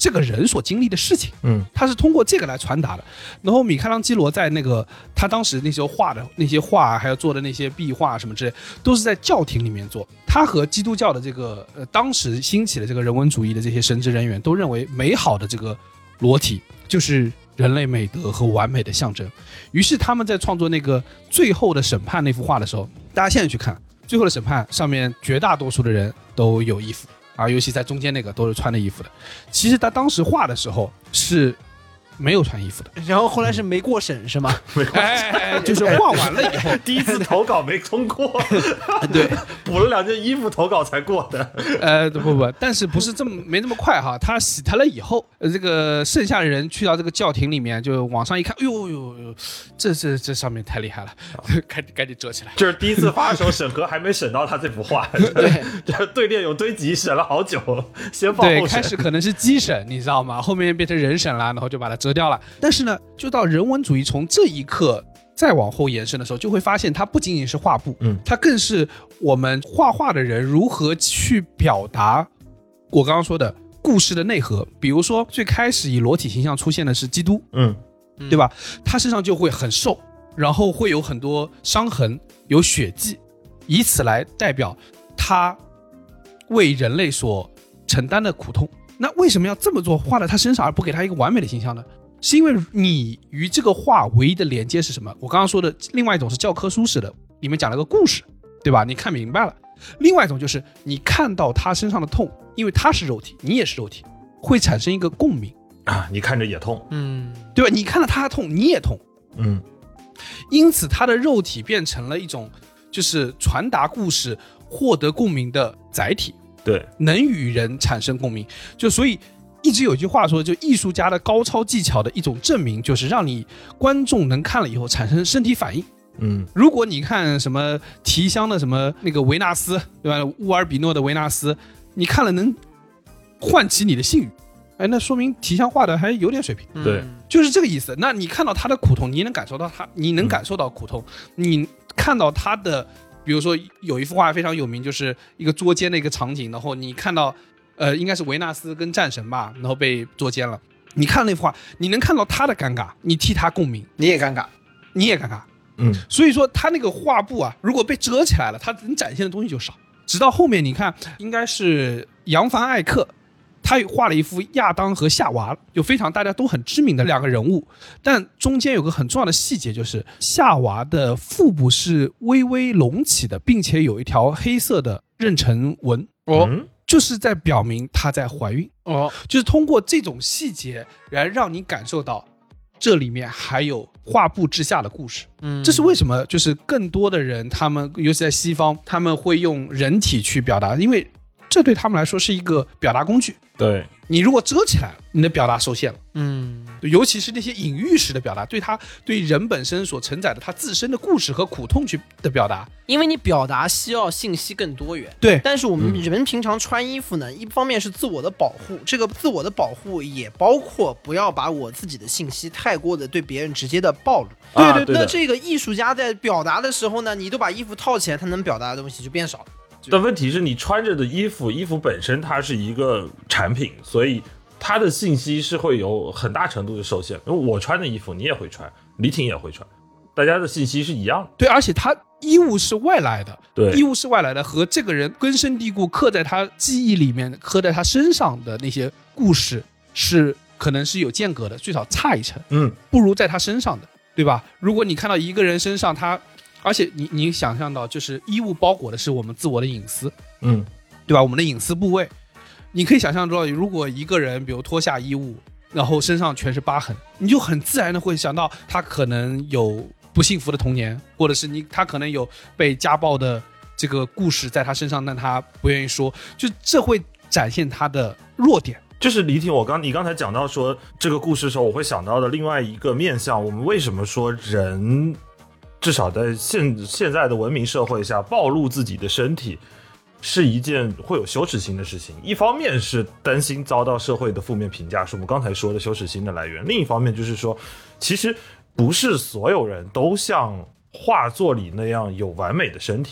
这个人所经历的事情，他是通过这个来传达的。然后米开朗基罗在那个他当时那时候画的那些画，还有做的那些壁画什么之类，都是在教廷里面做。他和基督教的这个当时兴起的这个人文主义的这些神职人员都认为，美好的这个裸体就是人类美德和完美的象征。于是他们在创作那个最后的审判那幅画的时候，大家现在去看最后的审判上面，绝大多数的人都有衣服啊，尤其在中间那个都是穿的衣服的。其实他当时画的时候是没有穿衣服的， 然后后来是没过审是吗？ 就是画完了以后， 第一次投稿没通过， 对， 补了2件衣服投稿才过的。 不，但是不是没这么快哈？他洗他了以后，这个剩下的人去到这个教廷里面，就往上一看，哎呦，这上面太厉害了，赶紧折起来。 就是第一次发的时候，审核还没审到他这幅画，对，这队列有堆积，审了好久，先报后审。 对，开始可能是机审，你知道吗？后面变成人审了，然后就把它折掉了。但是呢，就到人文主义从这一刻再往后延伸的时候，就会发现它不仅仅是画布，它更是我们画画的人如何去表达我刚刚说的故事的内核。比如说最开始以裸体形象出现的是基督，对吧？他身上就会很瘦，然后会有很多伤痕，有血迹，以此来代表他为人类所承担的苦痛。那为什么要这么做，画在他身上而不给他一个完美的形象呢？是因为你与这个画唯一的连接是什么？我刚刚说的另外一种是教科书式的，里面讲了个故事，对吧？你看明白了。另外一种就是你看到他身上的痛，因为他是肉体，你也是肉体，会产生一个共鸣啊，你看着也痛， 对吧？你看到他痛，你也痛，因此他的肉体变成了一种就是传达故事、获得共鸣的载体， 对， 能与人产生共鸣。就所以一直有一句话说，就艺术家的高超技巧的一种证明，就是让你观众能看了以后产生身体反应。如果你看什么提香的什么那个维纳斯，对吧？乌尔比诺的维纳斯，你看了能唤起你的性欲，那说明提香画的还有点水平。 对， 就是这个意思。那你看到他的苦痛，你能感受到他，你能感受到苦痛，你看到他的，比如说有一幅画非常有名，就是一个捉奸的一个场景，然后你看到应该是维纳斯跟战神吧，然后被捉奸了。你看那幅画，你能看到他的尴尬，你替他共鸣， 你也尴尬。 所以说他那个画布啊，如果被遮起来了，他能展现的东西就少。直到后面你看，应该是扬凡艾克，他画了一幅亚当和夏娃，有非常大家都很知名的2个人物，但中间有个很重要的细节，就是夏娃的腹部是微微隆起的，并且有一条黑色的妊娠纹，就是在表明她在怀孕。就是通过这种细节来让你感受到这里面还有画布之下的故事。这是为什么就是更多的人，他们尤其在西方，他们会用人体去表达，因为这对他们来说是一个表达工具。 对， 你如果遮起来，你的表达受限了。尤其是那些隐喻式的表达，对人本身所承载的他自身的故事和苦痛去的表达， 因为你表达需要信息更多元。 对， 但是我们人平常穿衣服呢，一方面是自我的保护，这个自我的保护也包括不要把我自己的信息太过的对别人直接的暴露。 对， 那这个艺术家在表达的时候呢，你都把衣服套起来，他能表达的东西就变少了。 但问题是你穿着的衣服本身它是一个产品，所以它的信息是会有很大程度的受限。因为我穿的衣服你也会穿，李挺也会穿，大家的信息是一样的。 对，而且他衣物是外来的， 对， 衣物是外来的，和这个人根深蒂固刻在他记忆里面、刻在他身上的那些故事是可能是有间隔的，最少差一层，不如在他身上的，对吧？如果你看到一个人身上而且你想象到，就是衣物包裹的是我们自我的隐私，对吧？我们的隐私部位，你可以想象到，如果一个人比如脱下衣物，然后身上全是疤痕，你就很自然的会想到他可能有不幸福的童年，或者是他可能有被家暴的这个故事在他身上，但他不愿意说，就这会展现他的弱点。 就是李挺，你刚才讲到说这个故事的时候，我会想到的另外一个面向，我们为什么说人至少在现在的文明社会下，暴露自己的身体是一件会有羞耻心的事情。一方面是担心遭到社会的负面评价，是我们刚才说的羞耻心的来源；另一方面就是说，其实不是所有人都像画作里那样有完美的身体的。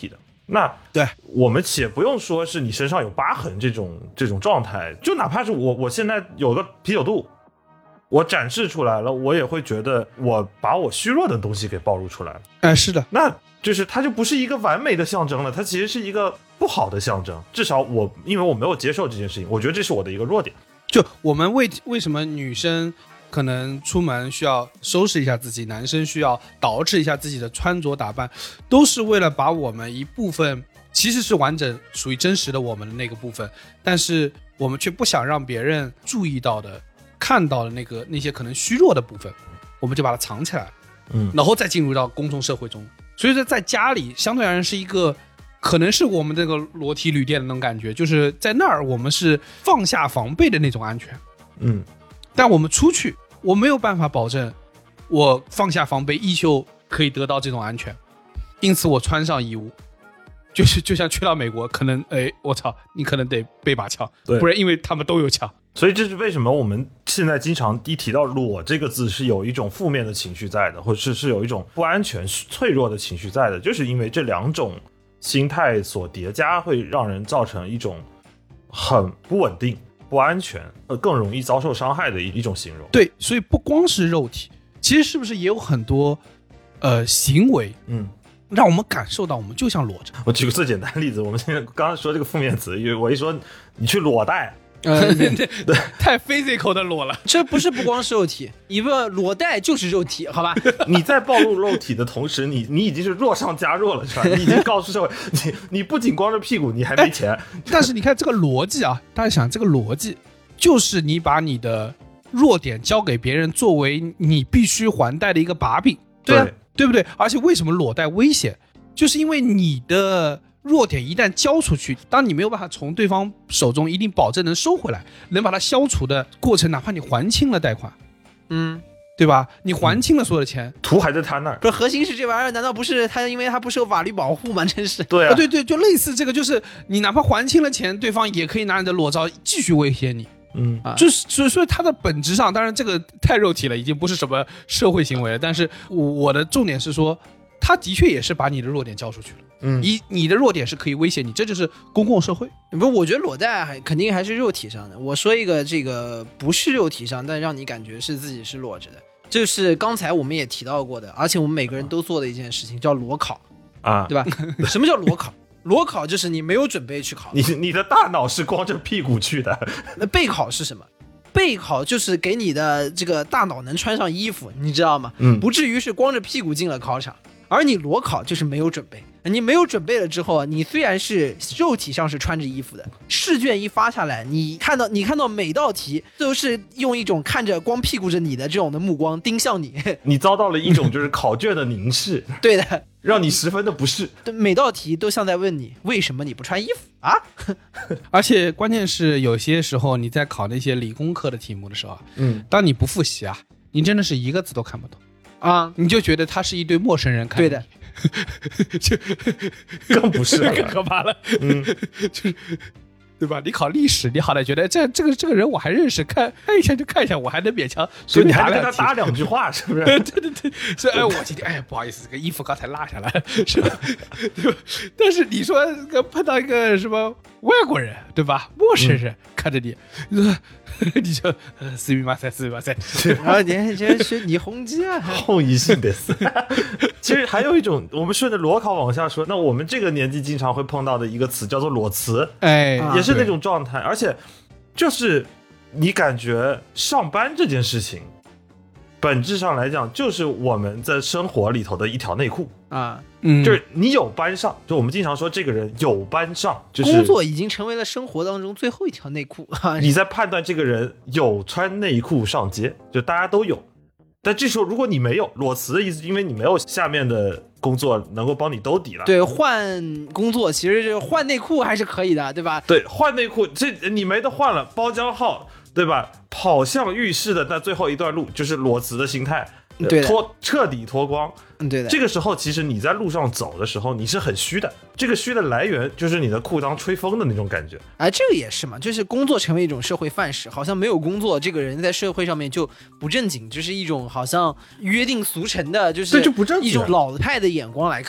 那对我们且不用说是你身上有疤痕这种状态，就哪怕是我现在有个啤酒肚，我展示出来了，我也会觉得我把我虚弱的东西给暴露出来了。 是的， 那就是它就不是一个完美的象征了，它其实是一个不好的象征。至少因为我没有接受这件事情，我觉得这是我的一个弱点。 就我们为什么女生可能出门需要收拾一下自己，男生需要捯饬一下自己的穿着打扮，都是为了把我们一部分其实是完整属于真实的我们的那个部分，但是我们却不想让别人注意到的看到的那些可能虚弱的部分，我们就把它藏起来，然后再进入到公众社会中。所以说在家里相对而言是一个可能是我们这个裸体旅店的那种感觉，就是在那儿我们是放下防备的那种安全，但我们出去我没有办法保证我放下防备依旧可以得到这种安全，因此我穿上衣物，就像去到美国可能我操你可能得背把枪，不然因为他们都有枪。 所以这是为什么我们现在经常一提到裸这个字是有一种负面的情绪在的，或者是有一种不安全脆弱的情绪在的，就是因为这两种心态所叠加，会让人造成一种很不稳定、不安全，更容易遭受伤害的一种形容。 对，所以不光是肉体，其实是不是也有很多行为，让我们感受到我们就像裸着。 我举个最简单的例子，我们现在刚刚说这个负面词，因为我一说你去裸贷。 对，太 physical 的裸了。 这不是不光是肉体，一个裸贷就是肉体，好吧？ 你在暴露肉体的同时，你已经是弱上加弱了，是吧？你已经告诉社会，你不仅光着屁股，你还没钱。 但是你看这个逻辑啊，大家想这个逻辑，就是你把你的弱点交给别人，作为你必须还贷的一个把柄，对啊，对不对？而且为什么裸贷危险，就是因为你的弱点一旦交出去，当你没有办法从对方手中一定保证能收回来，能把它消除的过程，哪怕你还清了贷款，对吧？你还清了所有的钱， 图还在他那儿。 不是，核心是这玩意儿，难道不是他因为他不受法律保护吗？真是。 对啊， 对，就类似这个，就是你哪怕还清了钱，对方也可以拿你的裸照继续威胁你。就是所以它的本质上，当然这个太肉体了，已经不是什么社会行为了。但是我的重点是说，他的确也是把你的弱点交出去了。你的弱点是可以威胁你，这就是公共社会。 不是，我觉得裸贷肯定还是肉体上的。我说一个这个不是肉体上，但让你感觉是自己是裸着的，就是刚才我们也提到过的，而且我们每个人都做的一件事情，叫裸考啊，对吧？什么叫裸考？裸考就是你没有准备去考， 你的大脑是光着屁股去的。 那备考是什么？备考就是给你的这个大脑能穿上衣服，你知道吗？不至于是光着屁股进了考场。而你裸考就是没有准备，你没有准备了之后，你虽然是肉体上是穿着衣服的，试卷一发下来，你看到每道题都是用一种看着光屁股着你的这种的目光盯向你， 你遭到了一种就是考卷的凝视， 对的， 让你十分的不适。 每道题都像在问你为什么你不穿衣服啊？ 而且关键是有些时候你在考那些理工科的题目的时候，当你不复习啊，你真的是一个字都看不懂。你就觉得他是一堆陌生人看， 对的， 就更不是更可怕了，就是对吧？你考历史，你好歹觉得这个人我还认识，看一下就看一下，我还能勉强， 所以你还跟他搭两句话，是不是？ 对，所以我今天不好意思，这个衣服刚才落下来，是吧？对吧？但是你说碰到一个什么外国人，对吧？陌生人看着你，你就すみません， 然后你这是你红鸡啊， 后遗性的是。其实还有一种，我们顺着裸考往下说，那我们这个年纪经常会碰到的一个词叫做裸辞，也是那种状态，而且就是你感觉上班这件事情，本质上来讲就是我们在生活里头的一条内裤啊。就是你有班上，就我们经常说这个人有班上，就是工作已经成为了生活当中最后一条内裤。 你在判断这个人有穿内裤上街，就大家都有。但这时候如果你没有，裸辞的意思，因为你没有下面的工作能够帮你兜底了。 对，换工作其实是换内裤还是可以的，对吧？ 对，换内裤，这你没得换了，包浆号，对吧？跑向浴室的那最后一段路就是裸辞的心态。 对， 彻底脱光。 对的。 这个时候其实你在路上走的时候你是很虚的，这个虚的来源就是你的裤裆吹风的那种感觉。 这个也是嘛，就是工作成为一种社会范式，好像没有工作这个人在社会上面就不正经，就是一种好像约定俗成的，就是对，就不正经， 一种老派的眼光来看嘛。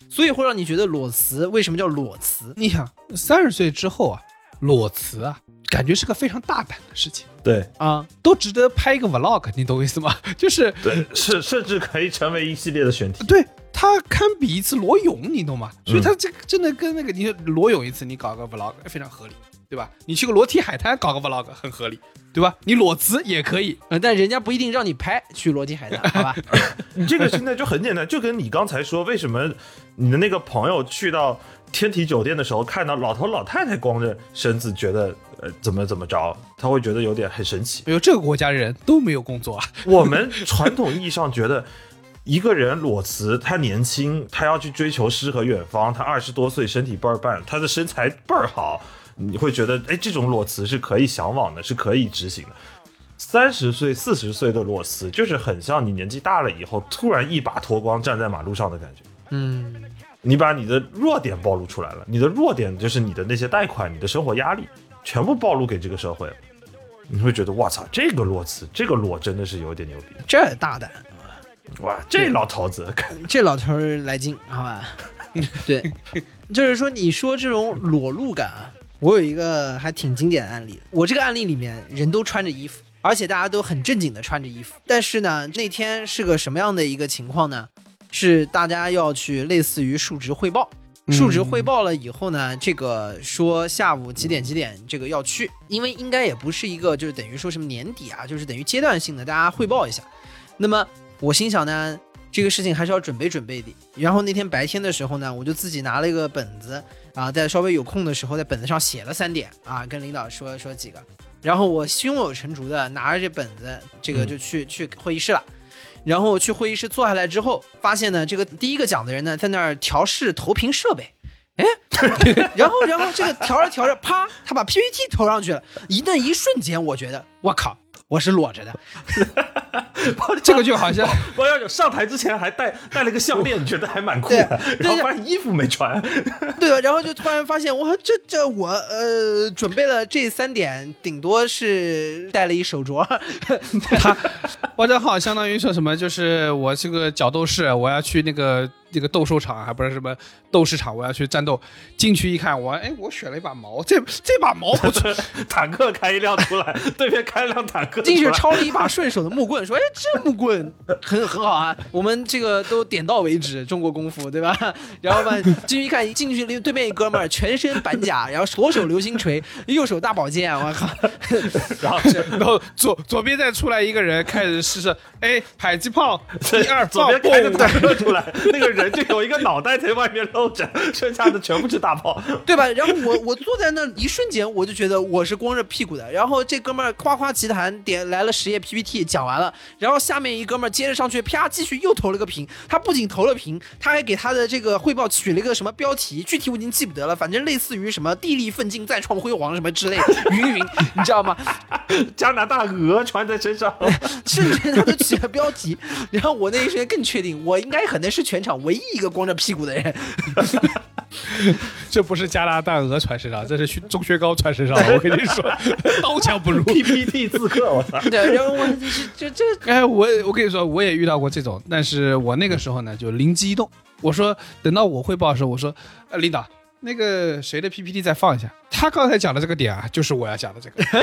所以会让你觉得裸辞为什么叫裸辞？ 你想30岁之后啊，裸辞啊，感觉是个非常大胆的事情。 对啊， 都值得拍一个 vlog， 你懂我意思吗？就是对，甚至可以成为一系列的选题。 对，它堪比一次裸泳，你懂吗？所以它这个真的跟那个你裸泳一次，你搞个 vlog 非常合理，对吧？你去个裸体海滩搞个 vlog 很合理，对吧？你裸辞也可以， 但人家不一定让你拍去裸体海滩，好吧？ 你这个现在就很简单，就跟你刚才说，为什么你的那个朋友去到天体酒店的时候，看到老头老太太光着身子，觉得怎么着，他会觉得有点很神奇。 哎呦，这个国家人都没有工作啊。 我们传统意义上觉得，一个人裸辞，他年轻，他要去追求诗和远方，他20多岁，身体倍儿棒，他的身材倍儿好，你会觉得，哎，这种裸辞是可以向往的，是可以执行的。30岁、40岁的裸辞，就是很像你年纪大了以后，突然一把脱光站在马路上的感觉。你把你的弱点暴露出来了，你的弱点就是你的那些贷款、你的生活压力，全部暴露给这个社会了。你会觉得，哇操，这个裸辞，这个裸真的是有点牛逼， 这大胆， 哇，这老头子， 这老头来劲，好吧？对，就是说，你说这种裸露感啊，我有一个还挺经典的案例。我这个案例里面，人都穿着衣服，而且大家都很正经的穿着衣服。但是呢，那天是个什么样的一个情况呢？是大家要去类似于述职汇报。述职汇报了以后呢，这个说下午几点这个要去，因为应该也不是一个就是等于说什么年底啊，就是等于阶段性的大家汇报一下。那么我心想呢，这个事情还是要准备的。然后那天白天的时候呢，我就自己拿了一个本子啊，在稍微有空的时候在本子上写了3点啊，跟领导说几个。然后我胸有成竹的拿着这本子，这个就去会议室了。然后去会议室坐下来之后，发现呢，这个第一个讲的人呢，在那儿调试投屏设备，哎，然后这个调着，啪，他把 PPT 投上去了。那一瞬间，我觉得，我靠，我是裸着的。 这个就好像王小九上台之前还戴了个项链，觉得还蛮酷的，然后发现衣服没穿， 对吧？然后就突然发现，我我准备了这3点，顶多是带了一手镯。 我这好相当于说什么，就是我是个角斗士，我要去那个斗兽场，还不是什么斗士场，我要去战斗。进去一看，我选了一把矛，这把矛不错， 坦克开一辆出来，对面开一辆坦克出来， 进去抄了一把顺手的木棍，说：“哎，这木棍很好啊，我们这个都点到为止，中国功夫，对吧？”然后吧，进去一看，进去对面一哥们儿全身板甲，然后左手流星锤，右手大宝剑，我靠！ 然后左边再出来一个人，开始试射，哎，迫击炮，1、2， 左边开个坦克出来，那个人就有一个脑袋在外面露着，剩下的全部是大炮， 对吧？然后我坐在那一瞬间，我就觉得我是光着屁股的。然后这哥们儿夸夸其谈，点来了10页 PPT， 讲完了。然后下面一哥们儿接着上去，啪，继续又投了个屏。他不仅投了屏，他还给他的这个汇报取了一个什么标题，具体我已经记不得了，反正类似于什么地利奋进再创辉煌什么之类的，云，你知道吗？ 加拿大鹅穿在身上， 甚至他都起了标题。然后我那一瞬间更确定，我应该可能是全场唯一一个光着屁股的人。 这不是加拿大鹅穿身上，这是钟薛高穿身上。我跟你说，刀枪不入。 PPT 自刻，我操！ 对，然后我哎，我跟你说，我也遇到过这种，但是我那个时候呢，就灵机一动，我说等到我汇报的时候，我说，领导，那个谁的 PPT 再放一下，他刚才讲的这个点啊，就是我要讲的这个。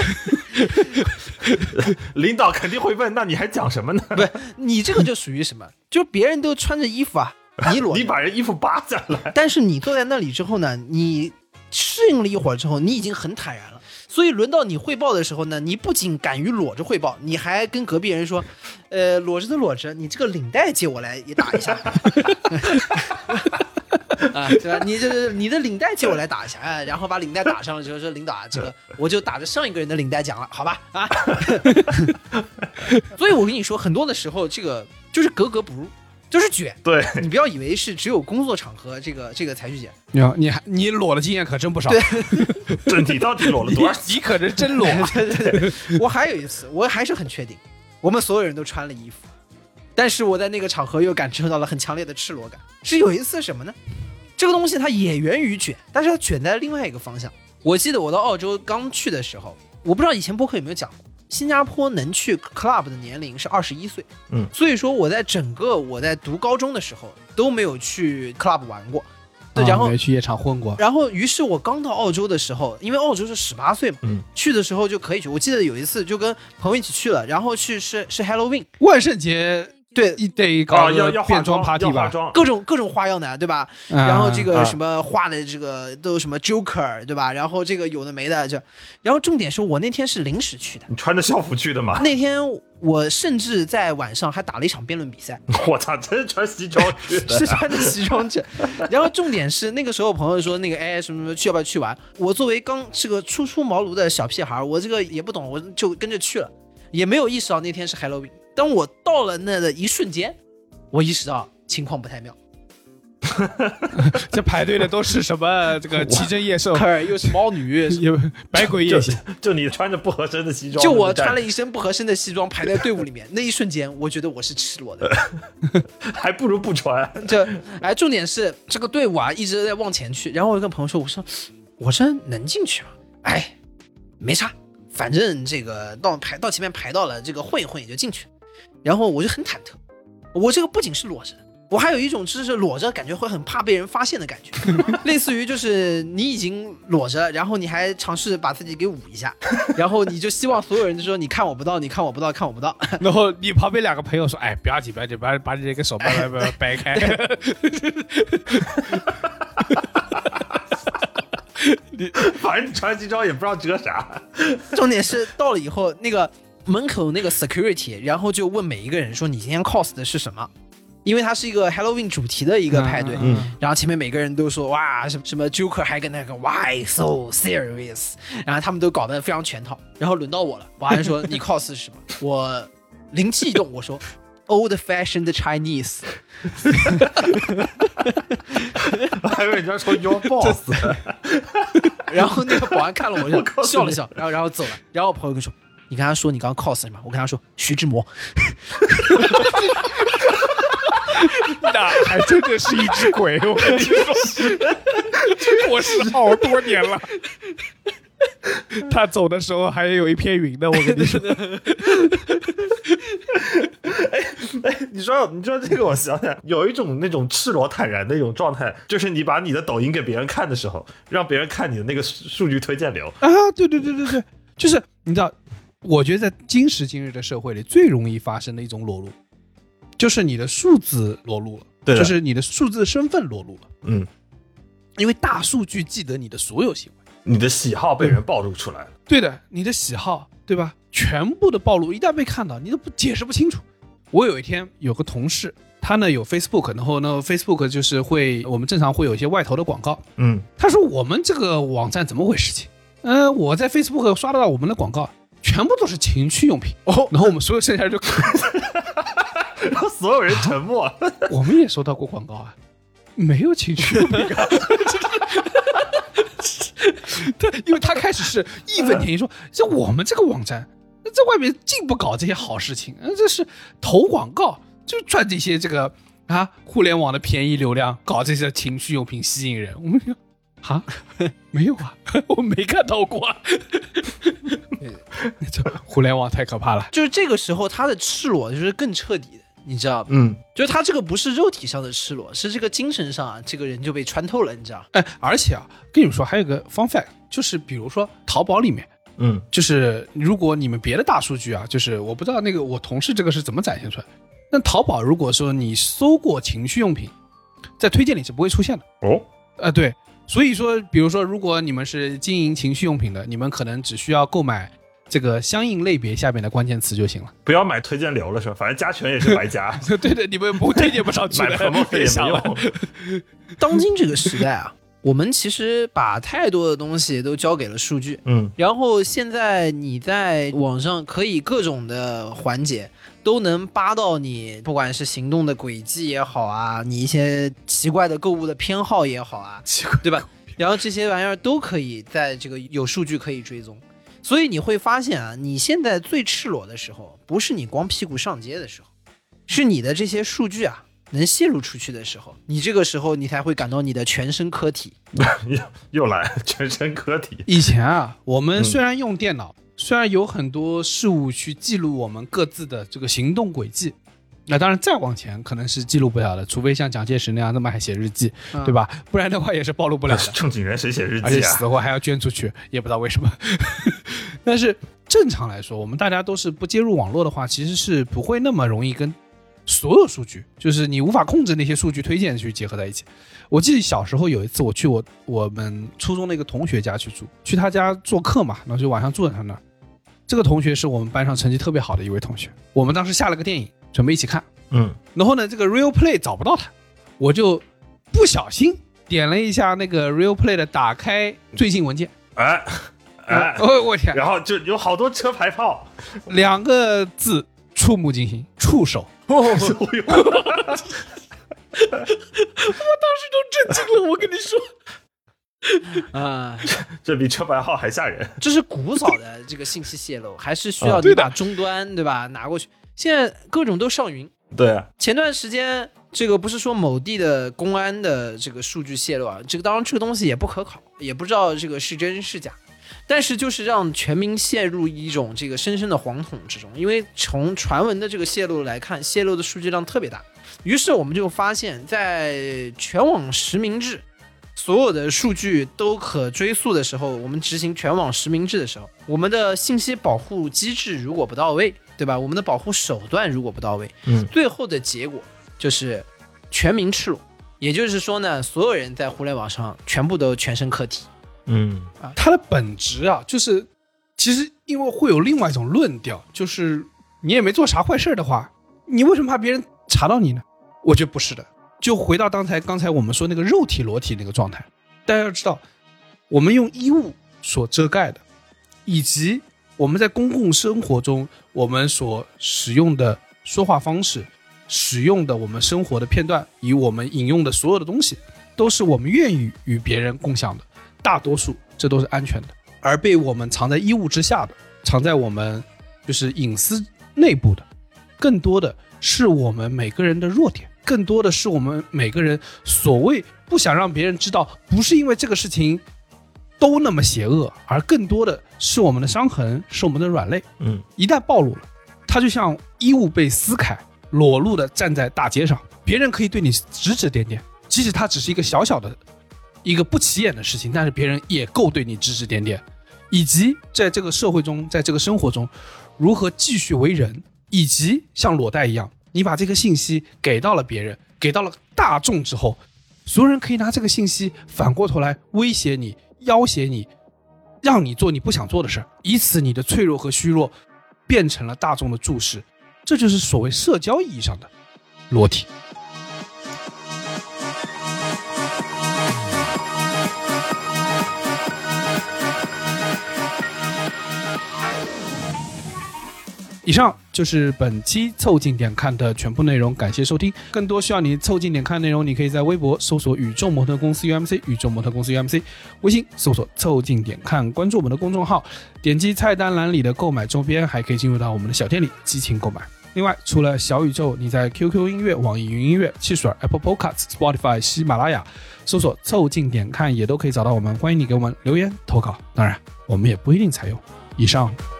领导肯定会问，那你还讲什么呢？ 不是，你这个就属于什么？就别人都穿着衣服啊，你裸着， 你把人衣服扒下来。 但是你坐在那里之后呢，你适应了一会儿之后，你已经很坦然了。所以轮到你汇报的时候呢，你不仅敢于裸着汇报，你还跟隔壁人说，裸着的裸着，你这个领带借我来也打一下。啊，对吧？你的领带借我来打一下，哎，然后把领带打上了之后说，领导啊，这个我就打着上一个人的领带讲了，好吧？啊，所以我跟你说，很多的时候这个就是格格不入，就是卷。 对， 你不要以为是只有工作场合这个才去卷。 你裸的经验可真不少。 对， 这你到底裸了多少？ 你可是真裸。 对，我还有一次，我还是很确定，我们所有人都穿了衣服。但是我在那个场合又感受到了很强烈的赤裸感。是有一次什么呢？这个东西它也源于卷，但是它卷在另外一个方向。我记得我到澳洲刚去的时候，我不知道以前播客有没有讲过， 新加坡能去 club 的年龄是21岁， 嗯， 所以说我在我在读高中的时候都没有去 club 玩过，对，然后没去夜场混过。 然后于是我刚到澳洲的时候，因为澳洲是18岁嘛，去的时候就可以去。我记得有一次就跟朋友一起去了，然后去是 Halloween 万圣节。 对， 你得搞个变装 party 吧， 各种花样的，对吧？然后这个什么画的这个都什么 Joker， 对吧？然后这个有的没的就，然后重点是我那天是临时去的， 你穿着校服去的吗？ 那天我甚至在晚上还打了一场辩论比赛。 我操，真是穿西装去的？ 是穿着西装去。然后重点是那个时候朋友说那个什么去要不要去玩？我作为刚是个初出茅庐的小屁孩，我这个也不懂，我就跟着去了，也没有意识到那天是 Halloween。当我到了那的一瞬间，我意识到情况不太妙。 这排队的都是什么？这个奇珍异兽， 又是猫女， 有百鬼夜行。 就你穿着不合身的西装， 就我穿了一身不合身的西装排在队伍里面，那一瞬间，我觉得我是赤裸的， 还不如不穿。 重点是这个队伍啊一直在往前去，然后我就跟朋友说，我这能进去吗？没差，反正这个到前面排到了，这个混一混也就进去。然后我就很忐忑，我这个不仅是裸着，我还有一种就是裸着感觉会很怕被人发现的感觉，类似于就是你已经裸着，然后你还尝试把自己给捂一下，然后你就希望所有人就说你看我不到，你看我不到，看我不到。 然后你旁边两个朋友说：“不要紧，把你这个手掰开。” 反正你穿西装也不知道遮啥。 重点是到了以后，那个门口那个 security， 然后就问每一个人说你今天 cos 的是什么？因为它是一个 Halloween 主题的一个派对，然后前面每个人都说哇什么 Joker 还跟那个 Why so serious， 然后他们都搞得非常全套。然后轮到我了，保安说你 cos 是什么？我灵机一动，我说 Old fashioned Chinese。 我还以为你要说 Your boss。 然后那个保安看了我笑了笑，然后走了。然后我朋友跟我说你跟他说你刚刚 cos 什么？我跟他说徐志摩。 那还真的是一只鬼，我跟你说，我是好多年了。他走的时候还有一片云的，我跟你说。 你说这个，我想想，有一种那种赤裸坦然的一种状态，就是你把你的抖音给别人看的时候，让别人看你的那个数据推荐流啊，对，就是你知道，我觉得在今时今日的社会里，最容易发生的一种裸露。就是你的数字裸露了， 对， 就是你的数字身份裸露了， 因为大数据记得你的所有行为， 你的喜好被人暴露出来了， 对的，你的喜好，对吧？全部的暴露一旦被看到，你都解释不清楚。我有一天有个同事，他呢有 Facebook， 然后呢 Facebook 就是我们正常会有一些外投的广告，他说我们这个网站怎么回事情？我在 Facebook 刷到我们的广告，全部都是情趣用品然后我们所有剩下人就然后所有人沉默。 我们也收到过广告啊，没有情趣用品啊。因为他开始是义愤填膺说，像我们这个网站在外面竟不搞这些好事情，这是投广告就赚这些这个互联网的便宜流量，搞这些情趣用品吸引人。我们说没有啊，我没看到过啊。互联网太可怕了。 就是这个时候他的赤裸就是更彻底的，你知道吧？就是他这个不是肉体上的赤裸，是这个精神上啊，这个人就被穿透了，你知道？ 而且跟你们说还有个 fun fact， 就是比如说淘宝里面，就是如果你们别的大数据啊，就是我不知道那个我同事这个是怎么展现出来，但淘宝如果说你搜过情趣用品，在推荐里是不会出现的。对，所以说比如说如果你们是经营情趣用品的，你们可能只需要购买这个相应类别下面的关键词就行了， 不要买推荐流了是吧？反正加权也是白加。 对的，你们不推荐不上去的， 买 promo 也没用。 当今这个时代啊，我们其实把太多的东西都交给了数据，然后现在你在网上可以各种的环节都能扒到你，不管是行动的轨迹也好啊，你一些奇怪的购物的偏好也好啊，对吧？然后这些玩意儿都可以在这个有数据可以追踪。所以你会发现啊，你现在最赤裸的时候，不是你光屁股上街的时候，是你的这些数据啊能泄露出去的时候，你这个时候你才会感到你的全身科体。 又来全身科体。 以前啊，我们虽然用电脑， 虽然有很多事物去记录我们各自的这个行动轨迹，那当然再往前可能是记录不了的，除非像蒋介石那样那么还写日记，对吧？不然的话也是暴露不了的。 正经人谁写日记啊？ 而且死后还要捐出去，也不知道为什么。但是正常来说，我们大家都是不接入网络的话，其实是不会那么容易跟所有数据，就是你无法控制那些数据推荐去结合在一起。我记得小时候有一次，我去我们初中的一个同学家去住，去他家做客嘛，然后就晚上住在他那儿。这个同学是我们班上成绩特别好的一位同学，我们当时下了个电影，准备一起看。然后呢，这个 Real Play 找不到他，我就不小心点了一下那个 Real Play 的打开最近文件。我天！ 然后就有好多车牌号 ，2个字触目惊心，触手。我当时都震惊了，我跟你说。 这比车牌号还吓人。 这是古早的这个信息泄露，还是需要你把终端对吧拿过去？现在各种都上云。 对啊， 前段时间这个不是说某地的公安的这个数据泄露啊，这个当然这个东西也不可考，也不知道这个是真是假。但是就是让全民陷入一种这个深深的惶恐之中，因为从传闻的这个泄露来看，泄露的数据量特别大。于是我们就发现，在全网实名制，所有的数据都可追溯的时候，我们执行全网实名制的时候，我们的信息保护机制如果不到位，对吧？我们的保护手段如果不到位，最后的结果就是全民赤裸。也就是说呢，所有人在互联网上全部都全身客体。 它的本质啊，就是其实因为会有另外一种论调，就是你也没做啥坏事的话，你为什么怕别人查到你呢？我觉得不是的。就回到刚才我们说那个肉体裸体那个状态，大家要知道，我们用衣物所遮盖的，以及我们在公共生活中我们所使用的说话方式，使用的我们生活的片段，以我们引用的所有的东西，都是我们愿意与别人共享的。大多数这都是安全的，而被我们藏在衣物之下的，藏在我们就是隐私内部的，更多的是我们每个人的弱点，更多的是我们每个人所谓不想让别人知道，不是因为这个事情都那么邪恶，而更多的是我们的伤痕，是我们的软肋。一旦暴露了，它就像衣物被撕开，裸露的站在大街上，别人可以对你指指点点，即使它只是一个小小的一个不起眼的事情，但是别人也够对你指指点点。以及在这个社会中，在这个生活中如何继续为人，以及像裸贷一样，你把这个信息给到了别人，给到了大众之后，所有人可以拿这个信息反过头来威胁你，要挟你，让你做你不想做的事，以此你的脆弱和虚弱变成了大众的注视。这就是所谓社交意义上的裸体。以上就是本期凑近点看的全部内容，感谢收听。更多需要你凑近点看内容，你可以在微博搜索宇宙模特公司 UMC， 宇宙模特公司 UMC， 微信搜索凑近点看，关注我们的公众号，点击菜单栏里的购买周边，还可以进入到我们的小店里激情购买。另外，除了小宇宙，你在 QQ 音乐、网易云音乐、汽水、Apple Podcasts、Spotify、喜马拉雅搜索凑近点看也都可以找到我们，欢迎你给我们留言投稿，当然我们也不一定采用。以上